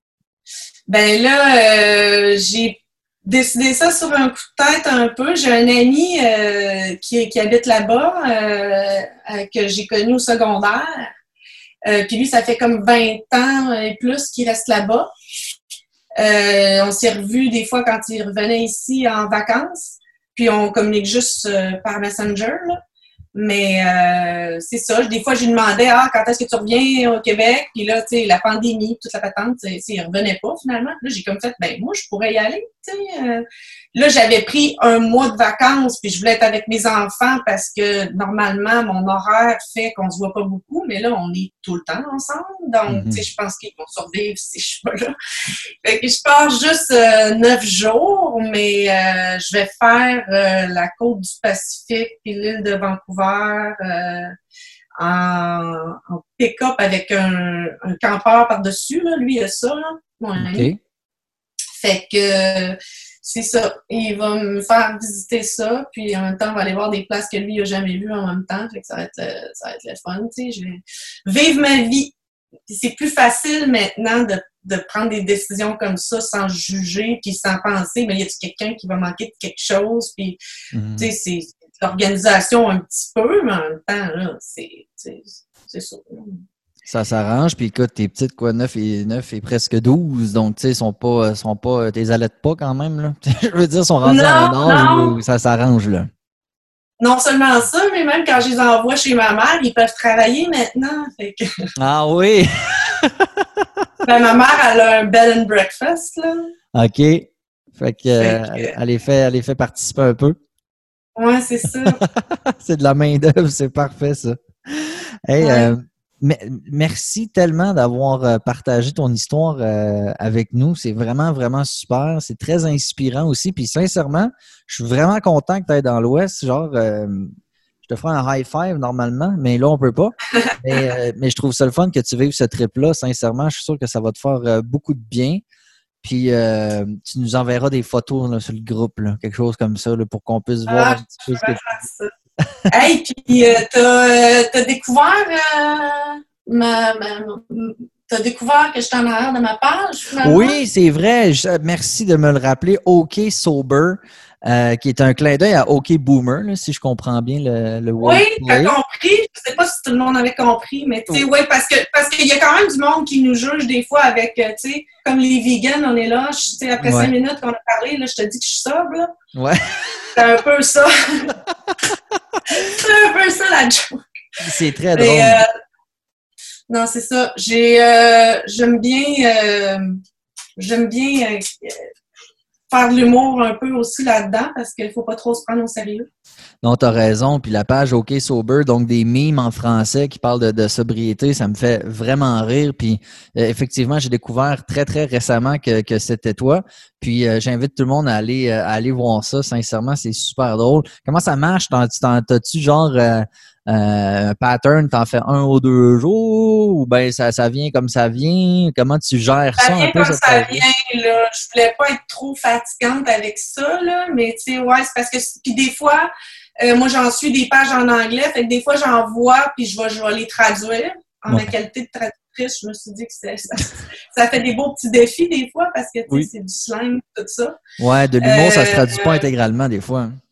Ben là, euh, j'ai décidé ça sur un coup de tête un peu. J'ai un ami euh, qui, qui habite là-bas, euh, que j'ai connu au secondaire. Euh, puis lui, ça fait comme vingt ans et plus qu'il reste là-bas. Euh, on s'est revus des fois quand il revenait ici en vacances. Puis on communique juste euh, par Messenger, là. Mais euh, c'est ça. Des fois, je lui demandais, ah, quand est-ce que tu reviens au Québec? Puis là, tu sais, la pandémie, toute la patente, tu sais, il revenait pas finalement. Là, j'ai comme fait, ben moi, je pourrais y aller, tu sais. Euh. Là, j'avais pris un mois de vacances, puis je voulais être avec mes enfants parce que normalement, mon horaire fait qu'on se voit pas beaucoup, mais là, on est tout le temps ensemble. Donc, tu sais, Mm-hmm. je pense qu'ils vont survivre si je suis pas là. Fait que je pars juste euh, neuf jours, mais euh, je vais faire euh, la côte du Pacifique puis l'île de Vancouver euh, en, en pick-up avec un, un campeur par-dessus. Là. Lui, il a ça, là, mon ami. OK. Fait que c'est ça. Il va me faire visiter ça, puis en même temps, on va aller voir des places que lui n'a jamais vues en même temps. Fait que ça va être, ça va être le fun, tu sais. Je vais vivre ma vie. Puis c'est plus facile maintenant de, de prendre des décisions comme ça sans juger puis sans penser, mais y a-t-il quelqu'un qui va manquer de quelque chose? Puis, Mm-hmm. tu sais, c'est l'organisation un petit peu, mais en même temps, là, c'est, c'est, c'est ça. Ça s'arrange, puis écoute, tes petites, quoi, neuf et neuf et presque douze, donc, tu sais, sont pas, sont pas, t'es allaites pas quand même, là. Je veux dire, sont rendus à un Non, âge non, où ça s'arrange, là. non seulement ça, mais même quand je les envoie chez ma mère, ils peuvent travailler maintenant. Fait que, Ah oui! ben, ma mère, elle a un bed and breakfast, là. OK. Fait que, Fait euh, que, elle les fait, elle les fait participer un peu. ouais, c'est ça. C'est de la main-d'œuvre, c'est parfait, ça. Hey, Ouais. euh, me- merci tellement d'avoir euh, partagé ton histoire euh, avec nous. C'est vraiment, vraiment super. C'est très inspirant aussi. Puis sincèrement, je suis vraiment content que tu ailles dans l'Ouest. Genre, euh, je te ferai un high five normalement, mais là, on peut pas. Mais, euh, mais je trouve ça le fun que tu vives ce trip-là. Sincèrement, je suis sûr que ça va te faire euh, beaucoup de bien. Puis euh, tu nous enverras des photos là, sur le groupe, là, quelque chose comme ça, là, pour qu'on puisse voir Ah, un petit peu je ce que vais tu faire ça. Hey, puis euh, t'as, euh, t'as découvert euh, ma, ma, ma- t'as découvert que j'étais en arrière de ma page, finalement? Oui, c'est vrai. Je- merci de me le rappeler. OK Sober, euh, qui est un clin d'œil à OK Boomer, là, si je comprends bien le, le Oui, t'as wordplay. compris. Je sais pas si tout le monde avait compris, mais tu sais, Oh. oui, parce que parce qu'il y a quand même du monde qui nous juge des fois avec, euh, tu sais, comme les vegans, on est là, je- tu sais, après cinq Ouais. minutes qu'on a parlé, là, je te dis que je suis sobre, là. Ouais. C'est un peu ça. C'est un peu ça, la joke. C'est très Mais, drôle. euh, non, c'est ça. J'ai, euh, j'aime bien, euh, j'aime bien euh, faire de l'humour un peu aussi là-dedans parce qu'il faut pas trop se prendre au sérieux. Non, t'as raison. Puis la page OK Sober, donc des mimes en français qui parlent de, de sobriété, ça me fait vraiment rire. Puis euh, effectivement, j'ai découvert très, très récemment que, que c'était toi. Puis euh, j'invite tout le monde à aller, euh, à aller voir ça. Sincèrement, c'est super drôle. Comment ça marche? T'en, t'en- t'as-tu genre euh, euh, un pattern, t'en fais un ou deux jours? Ou bien ça, ça vient comme ça vient? Comment tu gères Ça ça un vient peu, comme cette ça page-là? vient, là. Je voulais pas être trop fatigante avec ça, là, mais tu sais, ouais, c'est parce que, puis des fois, euh, moi, j'en suis des pages en anglais, fait que des fois, j'en vois, puis je vais, je vais les traduire. En ma Ouais. qualité de traductrice, je me suis dit que ça, ça fait des beaux petits défis des fois, parce que, tu sais, Oui. c'est du slang, tout ça. Ouais, de l'humour, ça se Euh, traduit pas intégralement des fois, hein.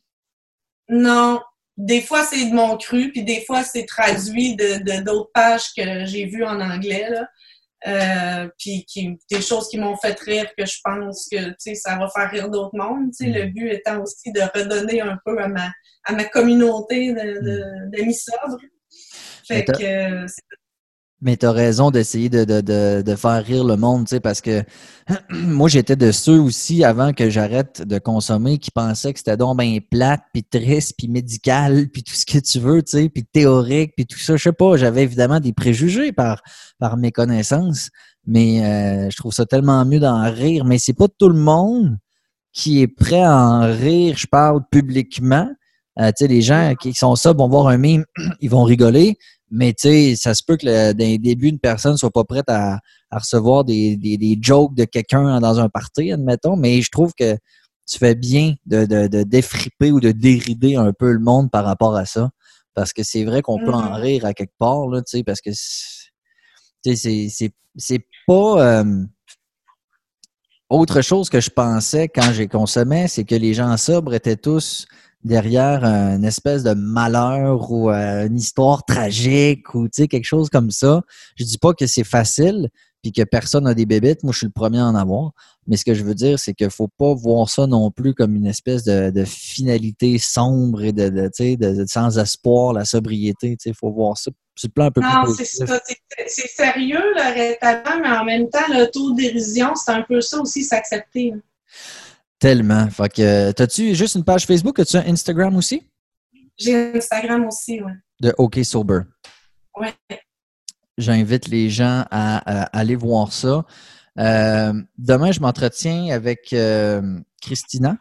non, des fois, c'est de mon cru, puis des fois, c'est traduit de, de d'autres pages que j'ai vues en anglais, là. Euh, puis qui, des choses qui m'ont fait rire que je pense que tu sais ça va faire rire d'autres mondes. Tu sais, Mm. le but étant aussi de redonner un peu à ma à ma communauté de, de, Mm. d'amis sobres. Mais Fait t'as, que euh, c'est mais t'as raison d'essayer de, de, de, de faire rire le monde, tu sais, parce que moi, j'étais de ceux aussi, avant que j'arrête de consommer, qui pensaient que c'était donc bien plate, puis triste, puis médical, puis tout ce que tu veux, tu sais, puis théorique, puis tout ça. Je sais pas, j'avais évidemment des préjugés par, par mes connaissances, mais euh, je trouve ça tellement mieux d'en rire. Mais c'est pas tout le monde qui est prêt à en rire, je parle publiquement. Euh, tu sais, les gens qui sont ça vont voir un meme, ils vont rigoler, mais tu sais, ça se peut que le, d'un début, une personne soit pas prête à, à recevoir des, des, des jokes de quelqu'un dans un party, admettons, mais je trouve que tu fais bien de, de, de défriper ou de dérider un peu le monde par rapport à ça, parce que c'est vrai qu'on peut en mm, rire à quelque part, là, tu sais, parce que c'est, tu sais, c'est, c'est, c'est pas... Euh, autre chose que je pensais quand j'ai consommé, c'est que les gens sobres étaient tous derrière une espèce de malheur ou euh, une histoire tragique ou tu sais, quelque chose comme ça. Je dis pas que c'est facile puis que personne n'a des bébites. Moi, je suis le premier à en avoir. Mais ce que je veux dire, c'est qu'il faut pas voir ça non plus comme une espèce de, de finalité sombre et de, de, tu sais, de, de sans espoir, la sobriété. Il faut voir ça sur le plan un peu plus Non, c'est positif. ça. C'est, c'est sérieux, le rétablement, mais en même temps, l'autodérision, c'est un peu ça aussi, s'accepter. Tellement. Fait que, t'as-tu juste une page Facebook? As-tu un Instagram aussi? J'ai Instagram aussi, oui. De OK Sober. Oui. J'invite les gens à, à aller voir ça. Euh, demain, je m'entretiens avec euh, Christina.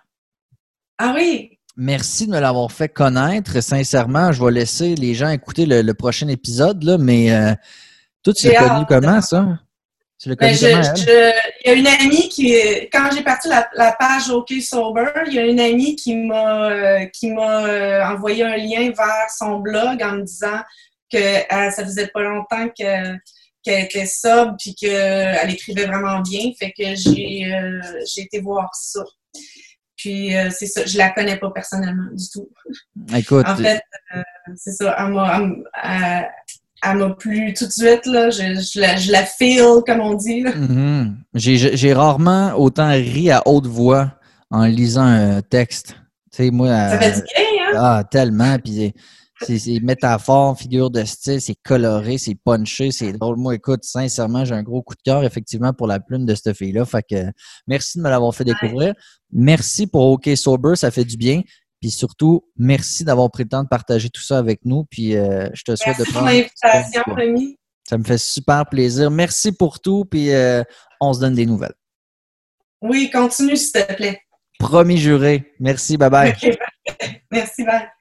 Ah oui? Merci de me l'avoir fait connaître. Sincèrement, je vais laisser les gens écouter le, le prochain épisode, là, mais euh, toi, tu l'as connu comment, ça? Tu l'as connu Ben, je, comment, elle? je, il y a une amie qui, quand j'ai parti la, la page OK Sober, il y a une amie qui m'a euh, qui m'a euh, envoyé un lien vers son blog en me disant que euh, ça faisait pas longtemps que, qu'elle était sobre puis qu'elle écrivait vraiment bien. Fait que j'ai euh, j'ai été voir ça. Puis euh, c'est ça, je la connais pas personnellement du tout. Écoute, en fait, euh, c'est ça, elle m'a, elle, elle m'a plu tout de suite, là. Je, je, la, je la feel, comme on dit. Mm-hmm. J'ai, j'ai rarement autant ri à haute voix en lisant un texte. Tu sais, moi, Ça fait du bien, hein? Ah, tellement. Puis c'est, c'est métaphore, figure de style, c'est coloré, c'est punché, c'est drôle. Moi, écoute, sincèrement, j'ai un gros coup de cœur, effectivement, pour la plume de cette fille-là. Fait que merci de me l'avoir fait découvrir. Merci pour OK Sober, ça fait du bien. Puis surtout, merci d'avoir pris le temps de partager tout ça avec nous. Puis euh, je te souhaite Merci de pour prendre. l'invitation, Rémi. Ça me fait super plaisir. Merci pour tout. Puis euh, on se donne des nouvelles. Oui, continue, s'il te plaît. Promis juré. Merci. Bye bye. Okay, merci, bye.